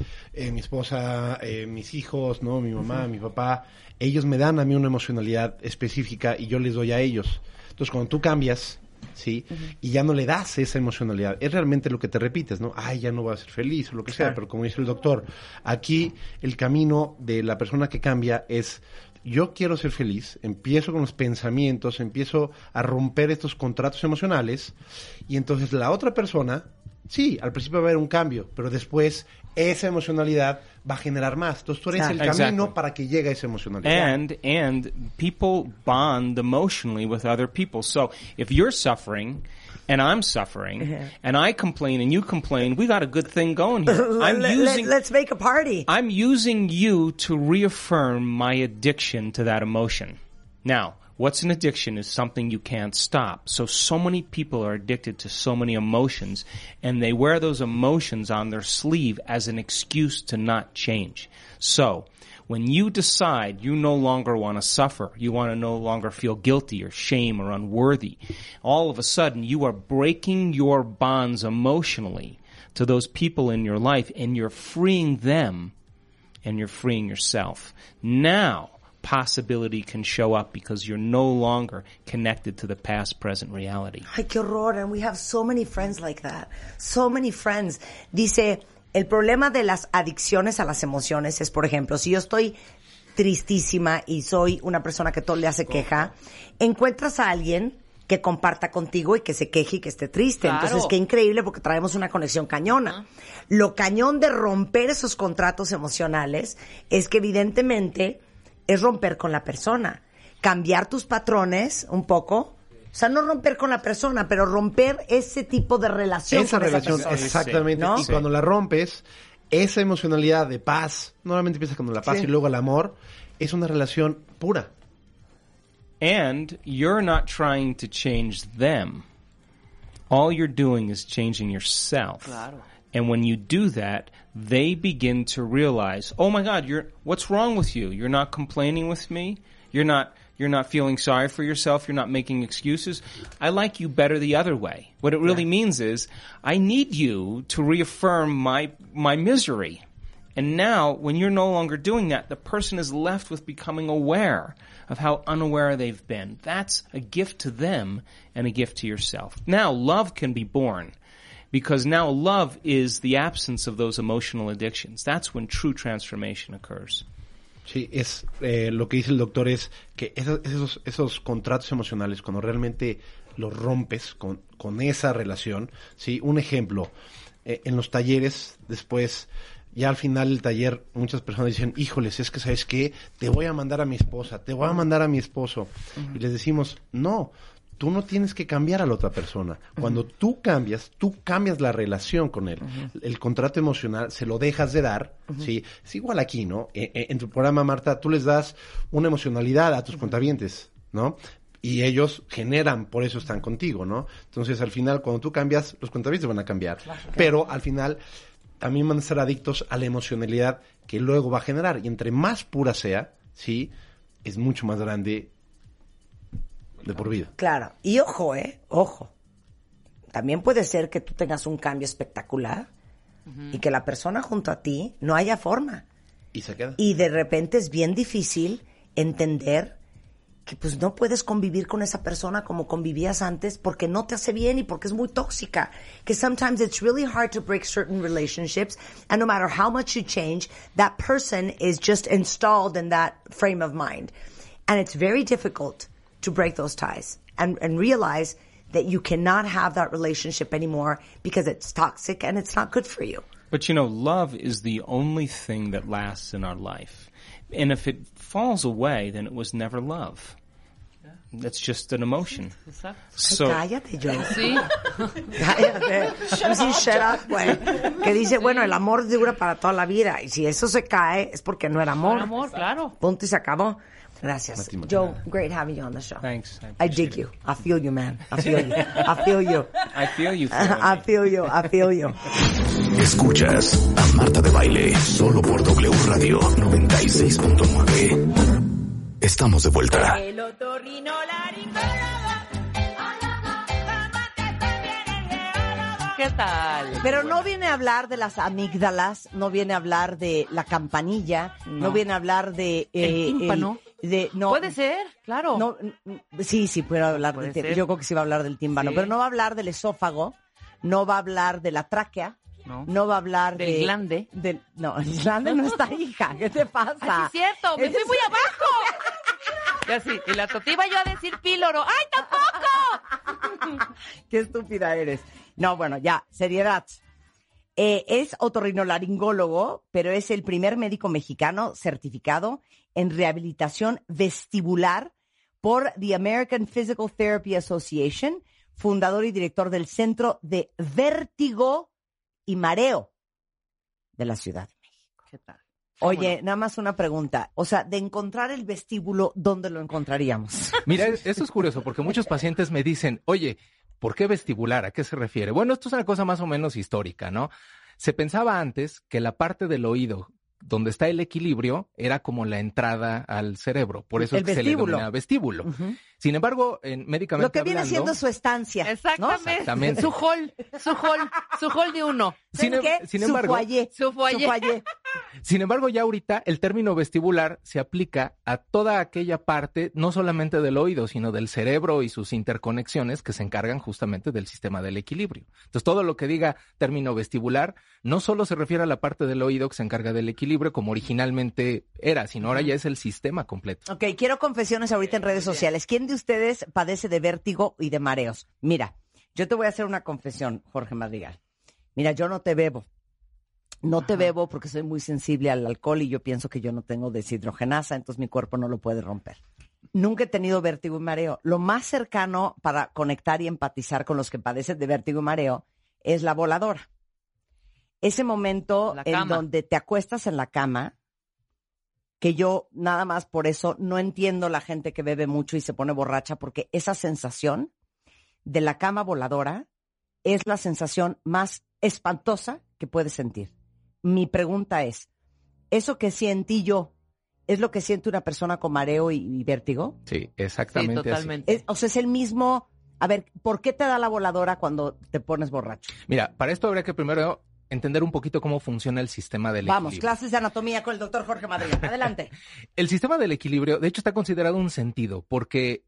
Mi esposa, mis hijos, ¿no? Mi mamá, mi papá, ellos me dan a mí una emocionalidad específica y yo les doy a ellos. Entonces, cuando tú cambias, ¿sí? Y ya no le das esa emocionalidad. Es realmente lo que te repites, ¿no? Ay, ya no voy a ser feliz o lo que sea. Pero como dice el doctor, aquí el camino de la persona que cambia es: yo quiero ser feliz, empiezo con los pensamientos, empiezo a romper estos contratos emocionales y entonces la otra persona, sí, al principio va a haber un cambio, pero después esa emocionalidad va a generar más. Entonces tú eres el camino para que llegue a esa emocionalidad. And people bond emotionally with other people. So if you're suffering and I'm suffering and I complain and you complain, we got a good thing going here. Let's make a party. I'm using you to reaffirm my addiction to that emotion. Now, What's an addiction is something you can't stop. So many people are addicted to so many emotions, and they wear those emotions on their sleeve as an excuse to not change. So, when you decide you no longer want to suffer, you want to no longer feel guilty or shame or unworthy, all of a sudden you are breaking your bonds emotionally to those people in your life, and you're freeing them, and you're freeing yourself. Now, possibility can show up because you're no longer connected to the past, present reality. Ay, qué horror. And we have so many friends like that. So many friends. Dice, el problema de las adicciones a las emociones es, por ejemplo, si yo estoy tristísima y soy una persona que todo le hace queja, encuentras a alguien que comparta contigo y que se queje y que esté triste. Claro. Entonces, qué increíble porque traemos una conexión cañona. Lo cañón de romper esos contratos emocionales es que evidentemente es romper con la persona. Cambiar tus patrones un poco. O sea, no romper con la persona, pero romper ese tipo de relación Esa con relación, esa persona. exactamente. ¿No? Y cuando la rompes, esa emocionalidad de paz, normalmente empieza con la paz Sí. y luego el amor, es una relación pura. And you're not trying to change them. All you're doing is changing yourself. Claro. And when you do that, they begin to realize, oh my God, what's wrong with you? You're not complaining with me? You're not feeling sorry for yourself? You're not making excuses? I like you better the other way. What it really means is, I need you to reaffirm my misery. And now, when you're no longer doing that, the person is left with becoming aware of how unaware they've been. That's a gift to them and a gift to yourself. Now, love can be born. Because now love is the absence of those emotional addictions. That's when true transformation occurs. Sí, es lo que dice el doctor es que esos contratos emocionales, cuando realmente los rompes con esa relación, ¿sí? Un ejemplo, en los talleres, después, ya al final del taller, muchas personas dicen, híjoles, es que ¿sabes qué? Te voy a mandar a mi esposa, te voy a mandar a mi esposo. Y les decimos, no, tú no tienes que cambiar a la otra persona. Cuando tú cambias la relación con él. El contrato emocional se lo dejas de dar, ¿sí? Es igual aquí, ¿no? En tu programa, Marta, tú les das una emocionalidad a tus cuentavientes, ¿no? Y ellos generan, por eso están contigo, ¿no? Entonces, al final, cuando tú cambias, los cuentavientes van a cambiar. Claro. Pero, al final, también van a estar adictos a la emocionalidad que luego va a generar. Y entre más pura sea, ¿sí? Es mucho más grande de por vida. Claro. Y ojo, ojo. También puede ser que tú tengas un cambio espectacular y que la persona junto a ti no haya forma. Y se queda. Y de repente es bien difícil entender que pues no puedes convivir con esa persona como convivías antes porque no te hace bien y porque es muy tóxica. Que sometimes it's really hard to break certain relationships, and no matter how much you change, that person is just installed in that frame of mind. And it's very difficult to break those ties and realize that you cannot have that relationship anymore because it's toxic and it's not good for you. But you know, love is the only thing that lasts in our life. And if it falls away, then it was never love. That's just an emotion. Exacto. So, Ay, cállate, Joe. Sí. Cállate. Sí, shut up, güey. Que dice, bueno, el amor dura para toda la vida. Y si eso se cae, es porque no era amor. Por amor, claro. Punto y se acabó. Gracias. Joe, great having you on the show. thanks. I dig you. I feel you, man. I feel you. I feel you. I feel you. I feel you. I feel you. Escuchas a Marta de Baile solo por W Radio 96.9. Estamos de vuelta. El otorrinolaringólogo. ¿Qué tal? Pero no viene a hablar de las amígdalas, no viene a hablar de la campanilla, no viene a hablar de... ¿El tímpano? No, Puede ser, claro. No, sí, puede hablar Puede del ser. tímpano. Yo creo que sí va a hablar del tímpano, Sí. pero no va a hablar del esófago, no va a hablar de la tráquea, no va a hablar Del glande. No, el glande no está, hija. ¿Qué te pasa? Ay, sí es cierto, me fui muy abajo. Ya sí, y la totiva yo a decir píloro. ¡Ay, tampoco! Qué estúpida eres. No, bueno, ya, seriedad. Es otorrinolaringólogo, pero es el primer médico mexicano certificado en rehabilitación vestibular por the American Physical Therapy Association, fundador y director del Centro de Vértigo y Mareo de la Ciudad de México. ¿Qué tal? Oye, nada más una pregunta. O sea, de encontrar el vestíbulo, ¿dónde lo encontraríamos? Mira, esto es curioso porque muchos pacientes me dicen, oye, ¿por qué vestibular? ¿A qué se refiere? Bueno, esto es una cosa más o menos histórica, ¿no? Se pensaba antes que la parte del oído donde está el equilibrio era como la entrada al cerebro, por eso es que se le denomina vestíbulo. Sin embargo, médicamente lo que viene siendo su estancia. Exactamente. ¿no? Exactamente. Su hall de uno. Sin embargo, Su foyer. Sin embargo, ya ahorita el término vestibular se aplica a toda aquella parte, no solamente del oído, sino del cerebro y sus interconexiones que se encargan justamente del sistema del equilibrio. Entonces, todo lo que diga término vestibular no solo se refiere a la parte del oído que se encarga del equilibrio como originalmente era, sino ahora ya es el sistema completo. Ok, quiero confesiones ahorita en redes sociales. ¿Quién de ustedes padece de vértigo y de mareos? Mira, yo te voy a hacer una confesión, Jorge Madrigal. Mira, yo no te bebo. No te bebo porque soy muy sensible al alcohol y yo pienso que yo no tengo deshidrogenasa, entonces mi cuerpo no lo puede romper. Nunca he tenido vértigo y mareo. Lo más cercano para conectar y empatizar con los que padecen de vértigo y mareo es la voladora. Ese momento en donde te acuestas en la cama, que yo nada más por eso no entiendo la gente que bebe mucho y se pone borracha, porque esa sensación de la cama voladora es la sensación más espantosa que puedes sentir. Mi pregunta es, ¿eso que sentí yo es lo que siente una persona con mareo y vértigo? Sí, exactamente. Sí, totalmente. O sea, es el mismo. A ver, ¿por qué te da la voladora cuando te pones borracho? Mira, para esto habría que primero entender un poquito cómo funciona el sistema del Vamos, equilibrio. clases de anatomía con el doctor Jorge Madrid. Adelante. El sistema del equilibrio, de hecho, está considerado un sentido porque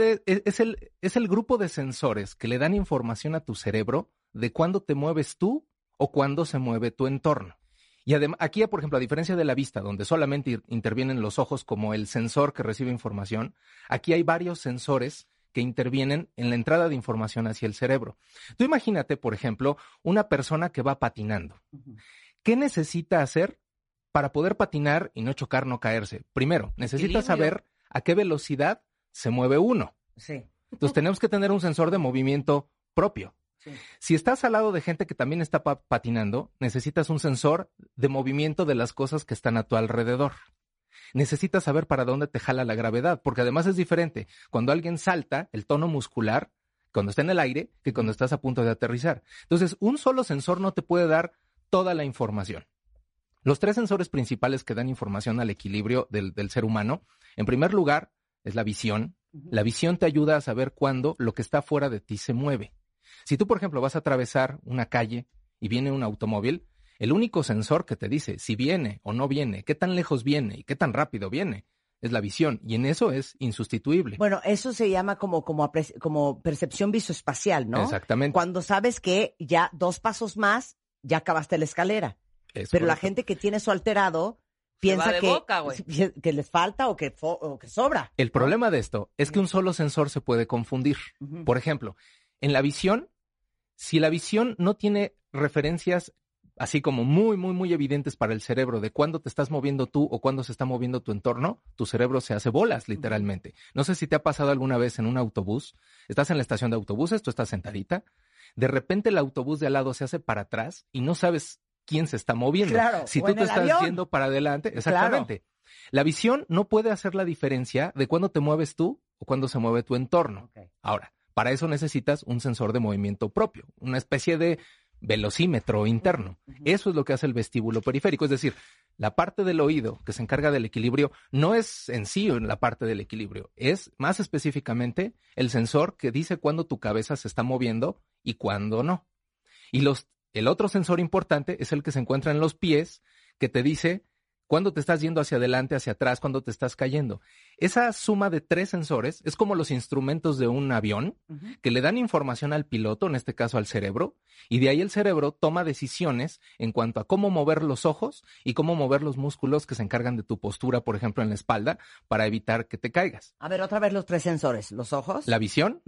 es el grupo de sensores que le dan información a tu cerebro de cuándo te mueves tú o cuándo se mueve tu entorno. Y además, aquí, por ejemplo, a diferencia de la vista, donde solamente intervienen los ojos como el sensor que recibe información, aquí hay varios sensores que intervienen en la entrada de información hacia el cerebro. Tú imagínate, por ejemplo, una persona que va patinando. ¿Qué necesita hacer para poder patinar y no chocar, no caerse? Primero, necesita saber a qué velocidad se mueve uno. Sí. Entonces, tenemos que tener un sensor de movimiento propio. Sí. Si estás al lado de gente que también está patinando, necesitas un sensor de movimiento de las cosas que están a tu alrededor. Necesitas saber para dónde te jala la gravedad, porque además es diferente cuando alguien salta, el tono muscular, cuando está en el aire, que cuando estás a punto de aterrizar. Entonces, un solo sensor no te puede dar toda la información. Los tres sensores principales que dan información al equilibrio del ser humano, en primer lugar, es la visión. La visión te ayuda a saber cuándo lo que está fuera de ti se mueve. Si tú, por ejemplo, vas a atravesar una calle y viene un automóvil, el único sensor que te dice si viene o no viene, qué tan lejos viene y qué tan rápido viene, es la visión. Y en eso es insustituible. Bueno, eso se llama como percepción visoespacial, ¿no? Exactamente. Cuando sabes que ya 2 pasos más, ya acabaste la escalera. Es Pero la correcto. gente que tiene eso alterado Se piensa va de boca, güey. que les falta o que sobra. El problema de esto es que un solo sensor se puede confundir. Por ejemplo, en la visión, si la visión no tiene referencias así como muy, muy, muy evidentes para el cerebro de cuándo te estás moviendo tú o cuándo se está moviendo tu entorno, tu cerebro se hace bolas, literalmente. No sé si te ha pasado alguna vez en un autobús, estás en la estación de autobuses, tú estás sentadita, de repente el autobús de al lado se hace para atrás y no sabes quién se está moviendo. Claro, si o tú en te el estás avión. yendo para adelante, exactamente. La visión no puede hacer la diferencia de cuándo te mueves tú o cuándo se mueve tu entorno. Okay. Ahora, para eso necesitas un sensor de movimiento propio, una especie de velocímetro interno. Eso es lo que hace el vestíbulo periférico, es decir, la parte del oído que se encarga del equilibrio no es en sí la parte del equilibrio, es más específicamente el sensor que dice cuándo tu cabeza se está moviendo y cuándo no. Y el otro sensor importante es el que se encuentra en los pies, que te dice cuándo te estás yendo hacia adelante, hacia atrás, cuándo te estás cayendo. Esa suma de 3 sensores es como los instrumentos de un avión que le dan información al piloto, en este caso al cerebro, y de ahí el cerebro toma decisiones en cuanto a cómo mover los ojos y cómo mover los músculos que se encargan de tu postura, por ejemplo, en la espalda, para evitar que te caigas. A ver, otra vez los 3 sensores. Los ojos. La visión,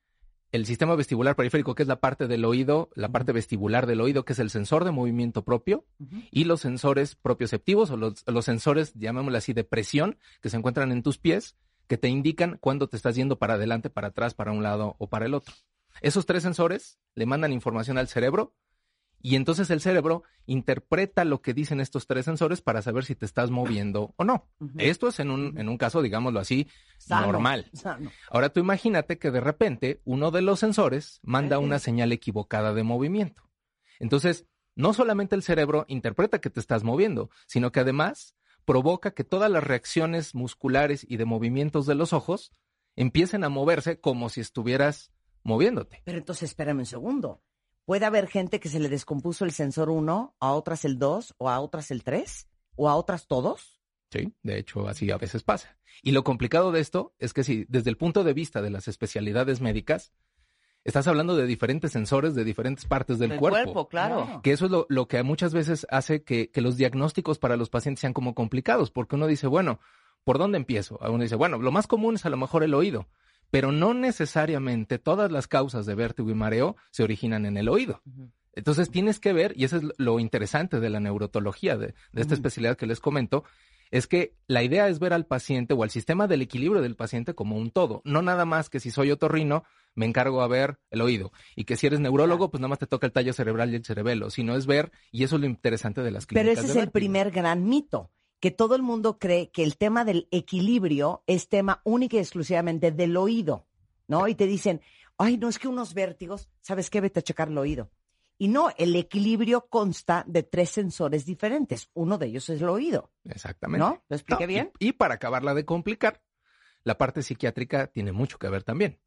el sistema vestibular periférico, que es la parte del oído, la parte vestibular del oído, que es el sensor de movimiento propio, y los sensores propioceptivos o los sensores, llamémoslo así, de presión, que se encuentran en tus pies, que te indican cuándo te estás yendo para adelante, para atrás, para un lado o para el otro. Esos 3 sensores le mandan información al cerebro Y entonces el cerebro interpreta lo que dicen estos 3 sensores para saber si te estás moviendo o no. Esto es en un caso, digámoslo así, normal. Sano. Ahora tú imagínate que de repente uno de los sensores manda una señal equivocada de movimiento. Entonces, no solamente el cerebro interpreta que te estás moviendo, sino que además provoca que todas las reacciones musculares y de movimientos de los ojos empiecen a moverse como si estuvieras moviéndote. Pero entonces, espérame un segundo. ¿Puede haber gente que se le descompuso el sensor 1, a otras el 2, o a otras el 3, o a otras todos? Sí, de hecho, así a veces pasa. Y lo complicado de esto es que si desde el punto de vista de las especialidades médicas, estás hablando de diferentes sensores de diferentes partes del cuerpo. Claro. Que eso es lo que muchas veces hace que los diagnósticos para los pacientes sean como complicados, porque uno dice, bueno, ¿por dónde empiezo? Uno dice, bueno, lo más común es a lo mejor el oído. Pero no necesariamente todas las causas de vértigo y mareo se originan en el oído. Entonces tienes que ver, y eso es lo interesante de la neurotología, de esta especialidad que les comento, es que la idea es ver al paciente o al sistema del equilibrio del paciente como un todo. No nada más que si soy otorrino, me encargo a ver el oído. Y que si eres neurólogo, pues nada más te toca el tallo cerebral y el cerebelo. Sino es ver, y eso es lo interesante de las clínicas. Pero ese es el primer gran mito, que todo el mundo cree que el tema del equilibrio es tema única y exclusivamente del oído, ¿no? Y te dicen, ay, no, es que unos vértigos, ¿sabes qué? Vete a checar el oído. Y no, el equilibrio consta de 3 sensores diferentes. Uno de ellos es el oído. Exactamente. ¿No? ¿Lo expliqué bien? Y para acabarla de complicar, la parte psiquiátrica tiene mucho que ver también.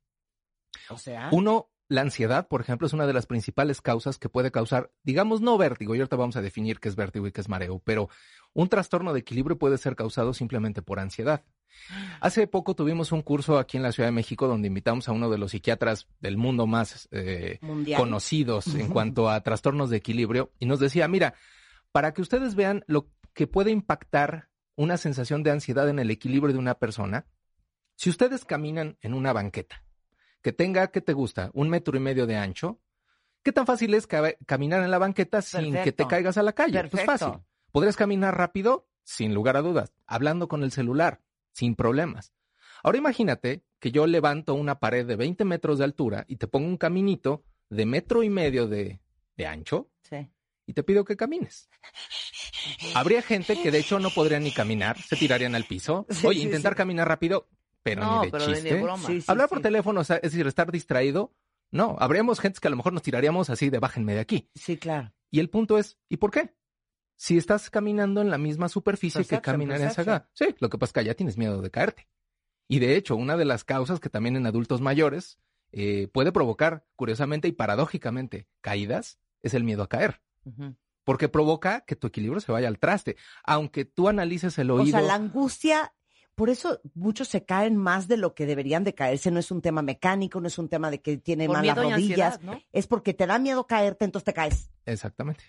O sea... La ansiedad, por ejemplo, es una de las principales causas que puede causar, digamos, no vértigo, y ahorita vamos a definir qué es vértigo y qué es mareo, pero un trastorno de equilibrio puede ser causado simplemente por ansiedad. Hace poco tuvimos un curso aquí en la Ciudad de México donde invitamos a uno de los psiquiatras del mundo más conocidos en cuanto a trastornos de equilibrio, y nos decía, mira, para que ustedes vean lo que puede impactar una sensación de ansiedad en el equilibrio de una persona, si ustedes caminan en una banqueta, que tenga, ¿qué te gusta? 1,5 metros de ancho. ¿Qué tan fácil es caminar en la banqueta sin que te caigas a la calle? Pues fácil. ¿Podrías caminar rápido? Sin lugar a dudas. Hablando con el celular, sin problemas. Ahora imagínate que yo levanto una pared de 20 metros de altura y te pongo un caminito de 1,5 metros de ancho y te pido que camines. Habría gente que de hecho no podría ni caminar, se tirarían al piso. Oye, intentar caminar rápido... Pero no, ni de pero chiste. Ni de broma. Hablar por teléfono, o sea, es decir, estar distraído. No, habríamos gente que a lo mejor nos tiraríamos así de bájenme de aquí. Sí, claro. Y el punto es, ¿y por qué? Si estás caminando en la misma superficie que caminarías acá. Sí, lo que pasa es que allá tienes miedo de caerte. Y de hecho, una de las causas que también en adultos mayores puede provocar, curiosamente y paradójicamente, caídas, es el miedo a caer. Porque provoca que tu equilibrio se vaya al traste. Aunque tú analices el oído... O sea, la angustia... Por eso muchos se caen más de lo que deberían de caerse. No es un tema mecánico, no es un tema de que tiene malas rodillas. Ansiedad, ¿no? Es porque te da miedo caerte, entonces te caes. Exactamente.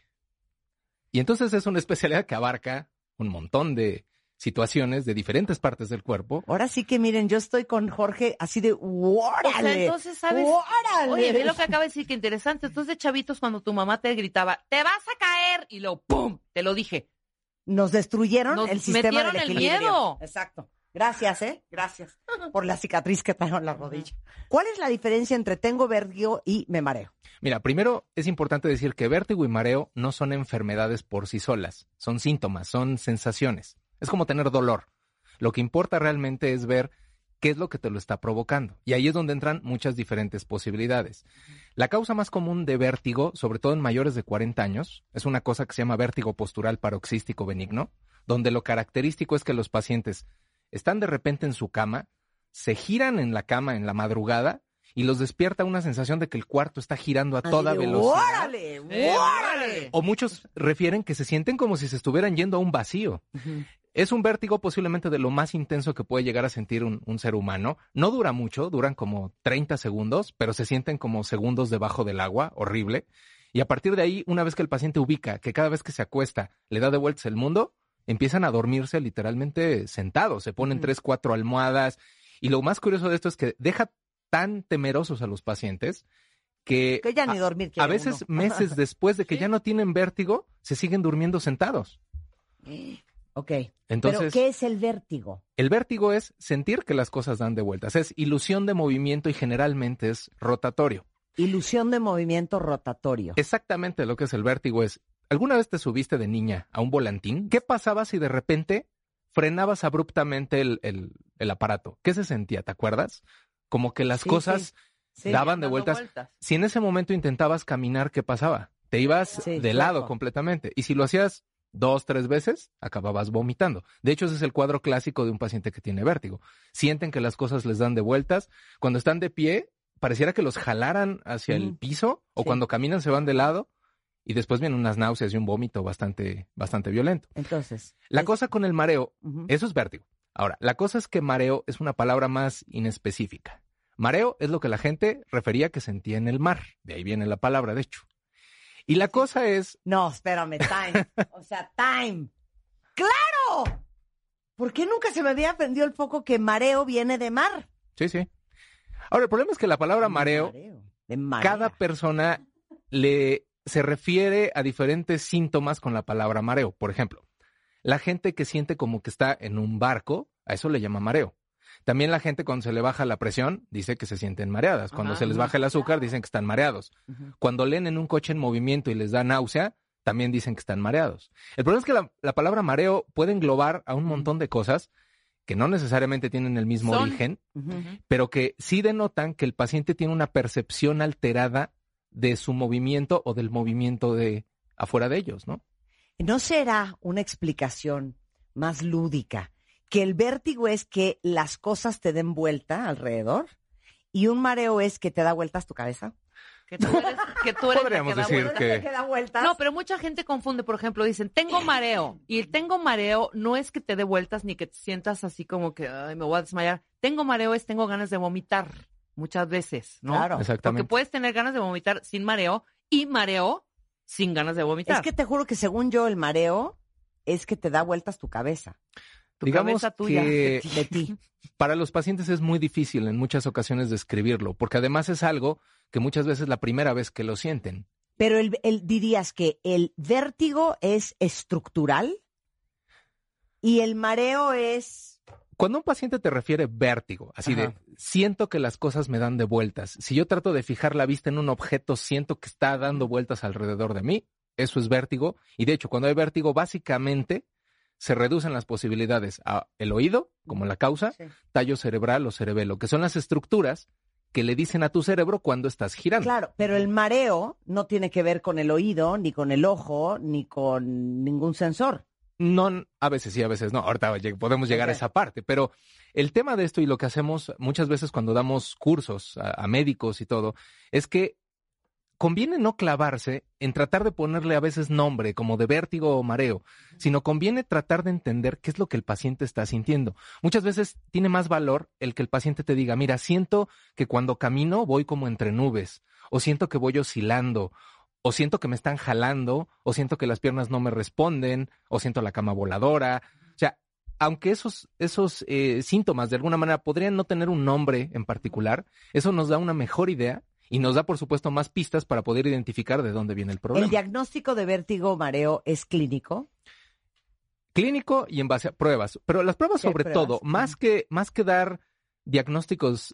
Y entonces es una especialidad que abarca un montón de situaciones de diferentes partes del cuerpo. Ahora sí que miren, yo estoy con Jorge así de ¡órale! O sea, entonces, ¿sabes? ¡Órale! Oye, ve lo que acaba de decir, que interesante. Entonces, de chavitos, cuando tu mamá te gritaba, ¡te vas a caer! Y luego, ¡pum! Te lo dije. Nos destruyeron el sistema del equilibrio. El miedo. Exacto. Gracias, Gracias por la cicatriz que traigo en la rodilla. ¿Cuál es la diferencia entre tengo vértigo y me mareo? Mira, primero es importante decir que vértigo y mareo no son enfermedades por sí solas, son síntomas, son sensaciones. Es como tener dolor. Lo que importa realmente es ver qué es lo que te lo está provocando. Y ahí es donde entran muchas diferentes posibilidades. La causa más común de vértigo, sobre todo en mayores de 40 años, es una cosa que se llama vértigo postural paroxístico benigno, donde lo característico es que los pacientes están de repente en su cama, se giran en la cama en la madrugada y los despierta una sensación de que el cuarto está girando a toda velocidad. ¡Órale! ¡Órale! O muchos refieren que se sienten como si se estuvieran yendo a un vacío. Es un vértigo posiblemente de lo más intenso que puede llegar a sentir un ser humano. No dura mucho, duran como 30 segundos, pero se sienten como segundos debajo del agua, horrible. Y a partir de ahí, una vez que el paciente ubica que cada vez que se acuesta le da de vueltas el mundo, empiezan a dormirse literalmente sentados, se ponen 3, 4 almohadas. Y lo más curioso de esto es que deja tan temerosos a los pacientes que ya ni dormir a veces meses después de que ya no tienen vértigo, se siguen durmiendo sentados. Ok. Entonces, ¿pero qué es el vértigo? El vértigo es sentir que las cosas dan de vueltas. Es ilusión de movimiento y generalmente es rotatorio. Ilusión de movimiento rotatorio. Exactamente lo que es el vértigo es, ¿alguna vez te subiste de niña a un volantín? ¿Qué pasaba si de repente frenabas abruptamente el aparato? ¿Qué se sentía? ¿Te acuerdas? Como que las cosas daban de vueltas. Si en ese momento intentabas caminar, ¿qué pasaba? Te ibas de lado completamente. Y si lo hacías 2, 3 veces, acababas vomitando. De hecho, ese es el cuadro clásico de un paciente que tiene vértigo. Sienten que las cosas les dan de vueltas. Cuando están de pie, pareciera que los jalaran hacia el piso, o cuando caminan se van de lado, y después vienen unas náuseas y un vómito bastante violento. Entonces, la cosa con el mareo, eso es vértigo. Ahora, la cosa es que mareo es una palabra más inespecífica. Mareo es lo que la gente refería que sentía en el mar. De ahí viene la palabra, de hecho. Y la cosa es... No, espérame, time. O sea, time. ¡Claro! ¿Por qué nunca se me había prendido el foco que mareo viene de mar? Sí. Ahora, el problema es que la palabra mareo cada persona se refiere a diferentes síntomas con la palabra mareo. Por ejemplo, la gente que siente como que está en un barco, a eso le llama mareo. También la gente cuando se le baja la presión dice que se sienten mareadas. Cuando se les baja el azúcar dicen que están mareados. Cuando leen en un coche en movimiento y les da náusea, también dicen que están mareados. El problema es que la palabra mareo puede englobar a un montón de cosas que no necesariamente tienen el mismo origen, pero que sí denotan que el paciente tiene una percepción alterada de su movimiento o del movimiento de afuera de ellos, ¿no? ¿No será una explicación más lúdica que el vértigo es que las cosas te den vuelta alrededor y un mareo es que te da vueltas tu cabeza? Que tú eres Podríamos decir que... No, pero mucha gente confunde, por ejemplo, dicen, tengo mareo. Y el tengo mareo no es que te dé vueltas ni que te sientas así como que, ay, me voy a desmayar. Tengo mareo es tengo ganas de vomitar muchas veces, ¿no? Claro. Exactamente. Porque puedes tener ganas de vomitar sin mareo y mareo sin ganas de vomitar. Es que te juro que según yo el mareo es que te da vueltas tu cabeza. Digamos cabeza tuya, que de ti. Para los pacientes es muy difícil en muchas ocasiones describirlo, porque además es algo que muchas veces es la primera vez que lo sienten. Pero dirías que el vértigo es estructural y el mareo es... Cuando un paciente te refiere vértigo, así de siento que las cosas me dan de vueltas, si yo trato de fijar la vista en un objeto, siento que está dando vueltas alrededor de mí, eso es vértigo. Y de hecho, cuando hay vértigo, básicamente se reducen las posibilidades a el oído, como la causa, tallo cerebral o cerebelo, que son las estructuras que le dicen a tu cerebro cuando estás girando. Claro, pero el mareo no tiene que ver con el oído, ni con el ojo, ni con ningún sensor. No, a veces sí, a veces no. Ahorita podemos llegar a esa parte, pero el tema de esto y lo que hacemos muchas veces cuando damos cursos a médicos y todo, es que conviene no clavarse en tratar de ponerle a veces nombre como de vértigo o mareo, sino conviene tratar de entender qué es lo que el paciente está sintiendo. Muchas veces tiene más valor el que el paciente te diga, mira, siento que cuando camino voy como entre nubes, o siento que voy oscilando, o siento que me están jalando, o siento que las piernas no me responden, o siento la cama voladora. O sea, aunque esos síntomas de alguna manera podrían no tener un nombre en particular, eso nos da una mejor idea y nos da, por supuesto, más pistas para poder identificar de dónde viene el problema. ¿El diagnóstico de vértigo o mareo es clínico? Clínico y en base a pruebas. Pero las pruebas, sobre todo, más que dar diagnósticos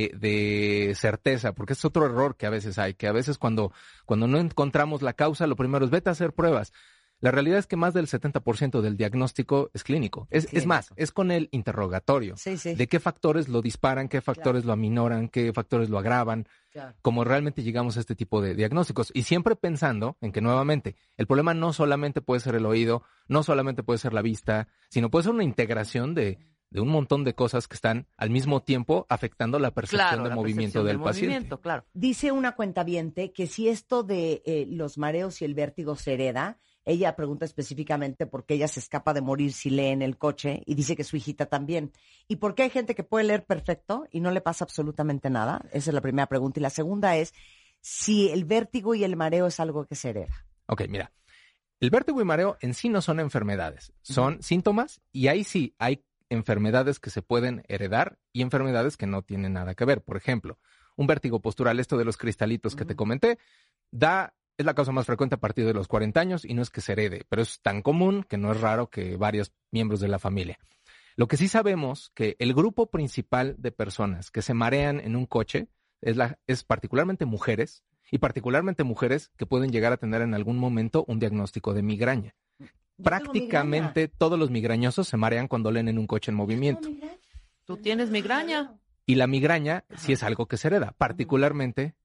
de certeza, porque es otro error que a veces hay, que a veces cuando no encontramos la causa, lo primero es vete a hacer pruebas. La realidad es que más del 70% del diagnóstico es clínico. Es más, es con el interrogatorio. De qué factores lo disparan, qué factores lo aminoran, qué factores lo agravan, como realmente llegamos a este tipo de diagnósticos. Y siempre pensando en que, nuevamente, el problema no solamente puede ser el oído, no solamente puede ser la vista, sino puede ser una integración de un montón de cosas que están al mismo tiempo afectando la percepción de movimiento del paciente. Dice una cuentaviente que si esto de los mareos y el vértigo se hereda, ella pregunta específicamente por qué ella se escapa de morir si lee en el coche y dice que su hijita también. ¿Y por qué hay gente que puede leer perfecto y no le pasa absolutamente nada? Esa es la primera pregunta. Y la segunda es si el vértigo y el mareo es algo que se hereda. Ok, mira. El vértigo y mareo en sí no son enfermedades, son síntomas y ahí sí hay enfermedades que se pueden heredar y enfermedades que no tienen nada que ver. Por ejemplo, un vértigo postural, esto de los cristalitos que te comenté, es la causa más frecuente a partir de los 40 años y no es que se herede, pero es tan común que no es raro que varios miembros de la familia. Lo que sí sabemos que el grupo principal de personas que se marean en un coche es particularmente mujeres, y particularmente mujeres que pueden llegar a tener en algún momento un diagnóstico de migraña. Prácticamente todos los migrañosos se marean cuando leen en un coche en movimiento. ¿Tú tienes migraña? Y la migraña sí es algo que se hereda, particularmente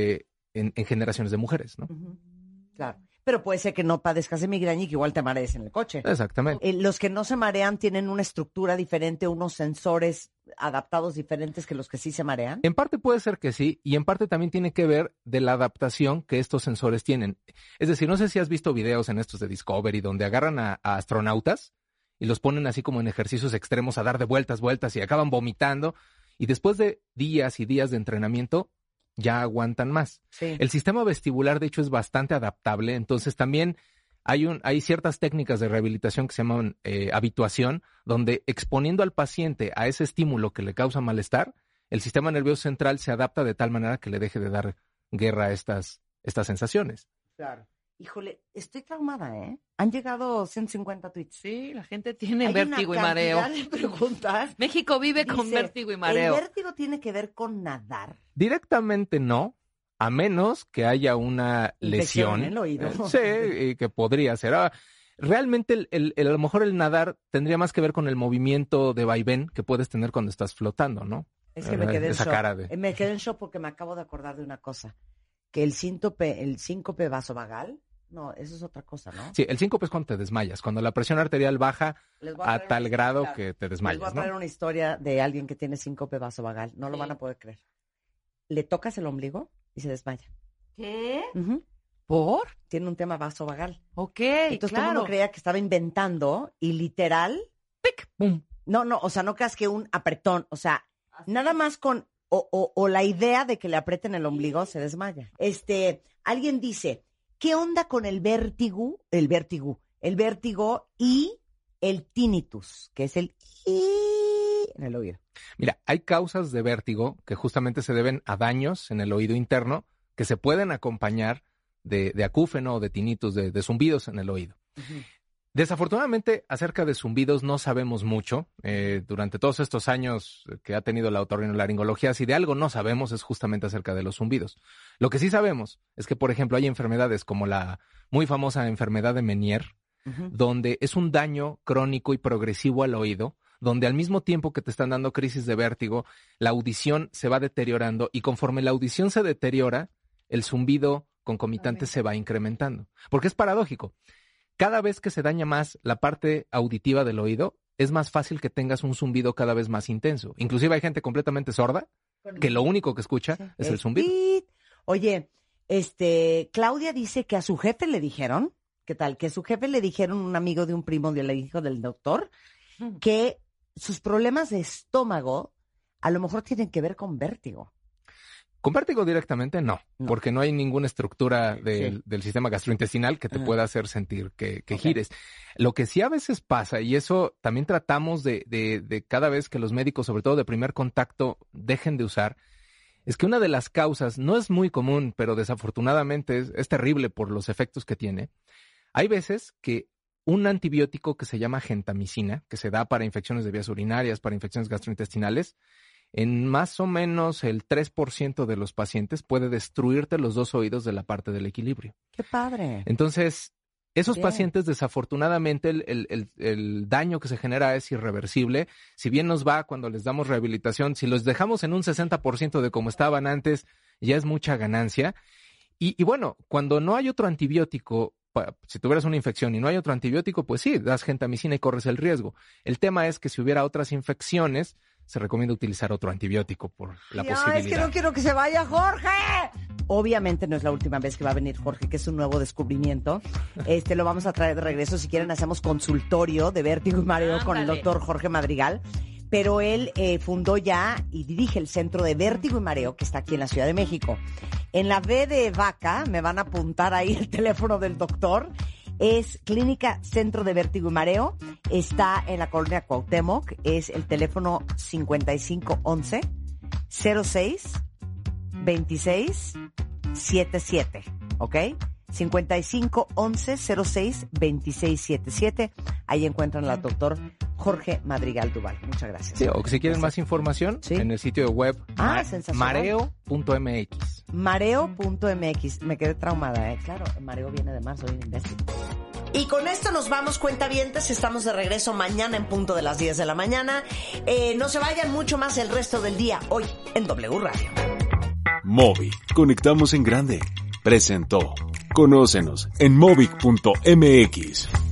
en generaciones de mujeres, ¿no? Claro. Pero puede ser que no padezcas de migraña y que igual te marees en el coche. Exactamente. Los que no se marean tienen una estructura diferente, unos sensores adaptados diferentes que los que sí se marean. En parte puede ser que sí, y en parte también tiene que ver de la adaptación que estos sensores tienen. Es decir, no sé si has visto videos en estos de Discovery donde agarran a astronautas y los ponen así como en ejercicios extremos a dar de vueltas y acaban vomitando, y después de días y días de entrenamiento ya aguantan más. Sí. El sistema vestibular, de hecho, es bastante adaptable, entonces también hay ciertas técnicas de rehabilitación que se llaman habituación, donde exponiendo al paciente a ese estímulo que le causa malestar, el sistema nervioso central se adapta de tal manera que le deje de dar guerra a estas sensaciones. Claro. Híjole, estoy traumada, ¿eh? Han llegado 150 tweets. Sí, la gente tiene vértigo y mareo. Hay una cantidad de preguntas. México vive con vértigo y mareo. ¿El vértigo tiene que ver con nadar? Directamente no, a menos que haya una lesión. En el oído. Sí, que podría ser. Realmente a lo mejor el nadar tendría más que ver con el movimiento de vaivén que puedes tener cuando estás flotando, ¿no? Es que me quedé en esa shock. cara de... Me quedé en shock porque me acabo de acordar de una cosa. Que el síncope vasovagal, no, eso es otra cosa, ¿no? Sí, el síncope es cuando te desmayas, cuando la presión arterial baja a tal grado que te desmayas, Les voy a traer una historia de alguien que tiene síncope vasovagal. No lo van a poder creer. Le tocas el ombligo y se desmaya. ¿Qué? Uh-huh. ¿Por? Tiene un tema vasovagal. Ok, entonces todo el mundo creía que estaba inventando y literal... ¡pic! ¡Pum! No, o sea, no creas que un apretón, o sea, nada más con... O la idea de que le aprieten el ombligo se desmaya. Alguien dice, ¿qué onda con el vértigo y el tinnitus, que es el en el oído? Mira, hay causas de vértigo que justamente se deben a daños en el oído interno que se pueden acompañar de acúfeno o de tinnitus, de zumbidos en el oído. Uh-huh. Desafortunadamente, acerca de zumbidos no sabemos mucho. Durante todos estos años que ha tenido la otorrinolaringología, si de algo no sabemos es justamente acerca de los zumbidos. Lo que sí sabemos es que, por ejemplo, hay enfermedades como la muy famosa enfermedad de Meniere, uh-huh, donde es un daño crónico y progresivo al oído, donde al mismo tiempo que te están dando crisis de vértigo, la audición se va deteriorando y conforme la audición se deteriora, el zumbido concomitante se va incrementando. Porque es paradójico. Cada vez que se daña más la parte auditiva del oído, es más fácil que tengas un zumbido cada vez más intenso. Inclusive hay gente completamente sorda que lo único que escucha es el zumbido. Oye, Claudia dice que a su jefe le dijeron, ¿qué tal? Que a su jefe le dijeron, un amigo de un primo del hijo del doctor, que sus problemas de estómago a lo mejor tienen que ver con vértigo. Con vértigo directamente no, porque no hay ninguna estructura del sistema gastrointestinal que te pueda hacer sentir que gires. Lo que sí a veces pasa, y eso también tratamos de cada vez que los médicos, sobre todo de primer contacto, dejen de usar, es que una de las causas, no es muy común, pero desafortunadamente es terrible por los efectos que tiene. Hay veces que un antibiótico que se llama gentamicina, que se da para infecciones de vías urinarias, para infecciones gastrointestinales, en más o menos el 3% de los pacientes puede destruirte los dos oídos de la parte del equilibrio. ¡Qué padre! Entonces, esos pacientes, desafortunadamente, el daño que se genera es irreversible. Si bien nos va cuando les damos rehabilitación, si los dejamos en un 60% de como estaban antes, ya es mucha ganancia. Y bueno, cuando no hay otro antibiótico, si tuvieras una infección y no hay otro antibiótico, pues sí, das gentamicina y corres el riesgo. El tema es que si hubiera otras infecciones, se recomienda utilizar otro antibiótico por la posibilidad. Es que no quiero que se vaya Jorge. Obviamente no es la última vez que va a venir Jorge, que es un nuevo descubrimiento. Lo vamos a traer de regreso. Si quieren, hacemos consultorio de vértigo y mareo con el doctor Jorge Madrigal. Pero él fundó ya y dirige el Centro de Vértigo y Mareo, que está aquí en la Ciudad de México. En la B de Vaca, me van a apuntar ahí el teléfono del doctor. Es Clínica Centro de Vértigo y Mareo. Está en la colonia Cuauhtémoc. Es el teléfono 5511 06 26 77. ¿Ok? 5511 06 26 77. Ahí encuentran al doctor Jorge Madrigal Duval. Muchas gracias. Sí, o que si quieren más información, en el sitio de web mareo.mx. Mareo.mx. Me quedé traumada, Claro, mareo viene de mar, soy un imbécil. Y con esto nos vamos, cuentavientes. Estamos de regreso mañana en punto de las 10 de la mañana. No se vayan mucho más el resto del día hoy en W Radio. Movic, conectamos en grande. Presentó. Conócenos en movic.mx.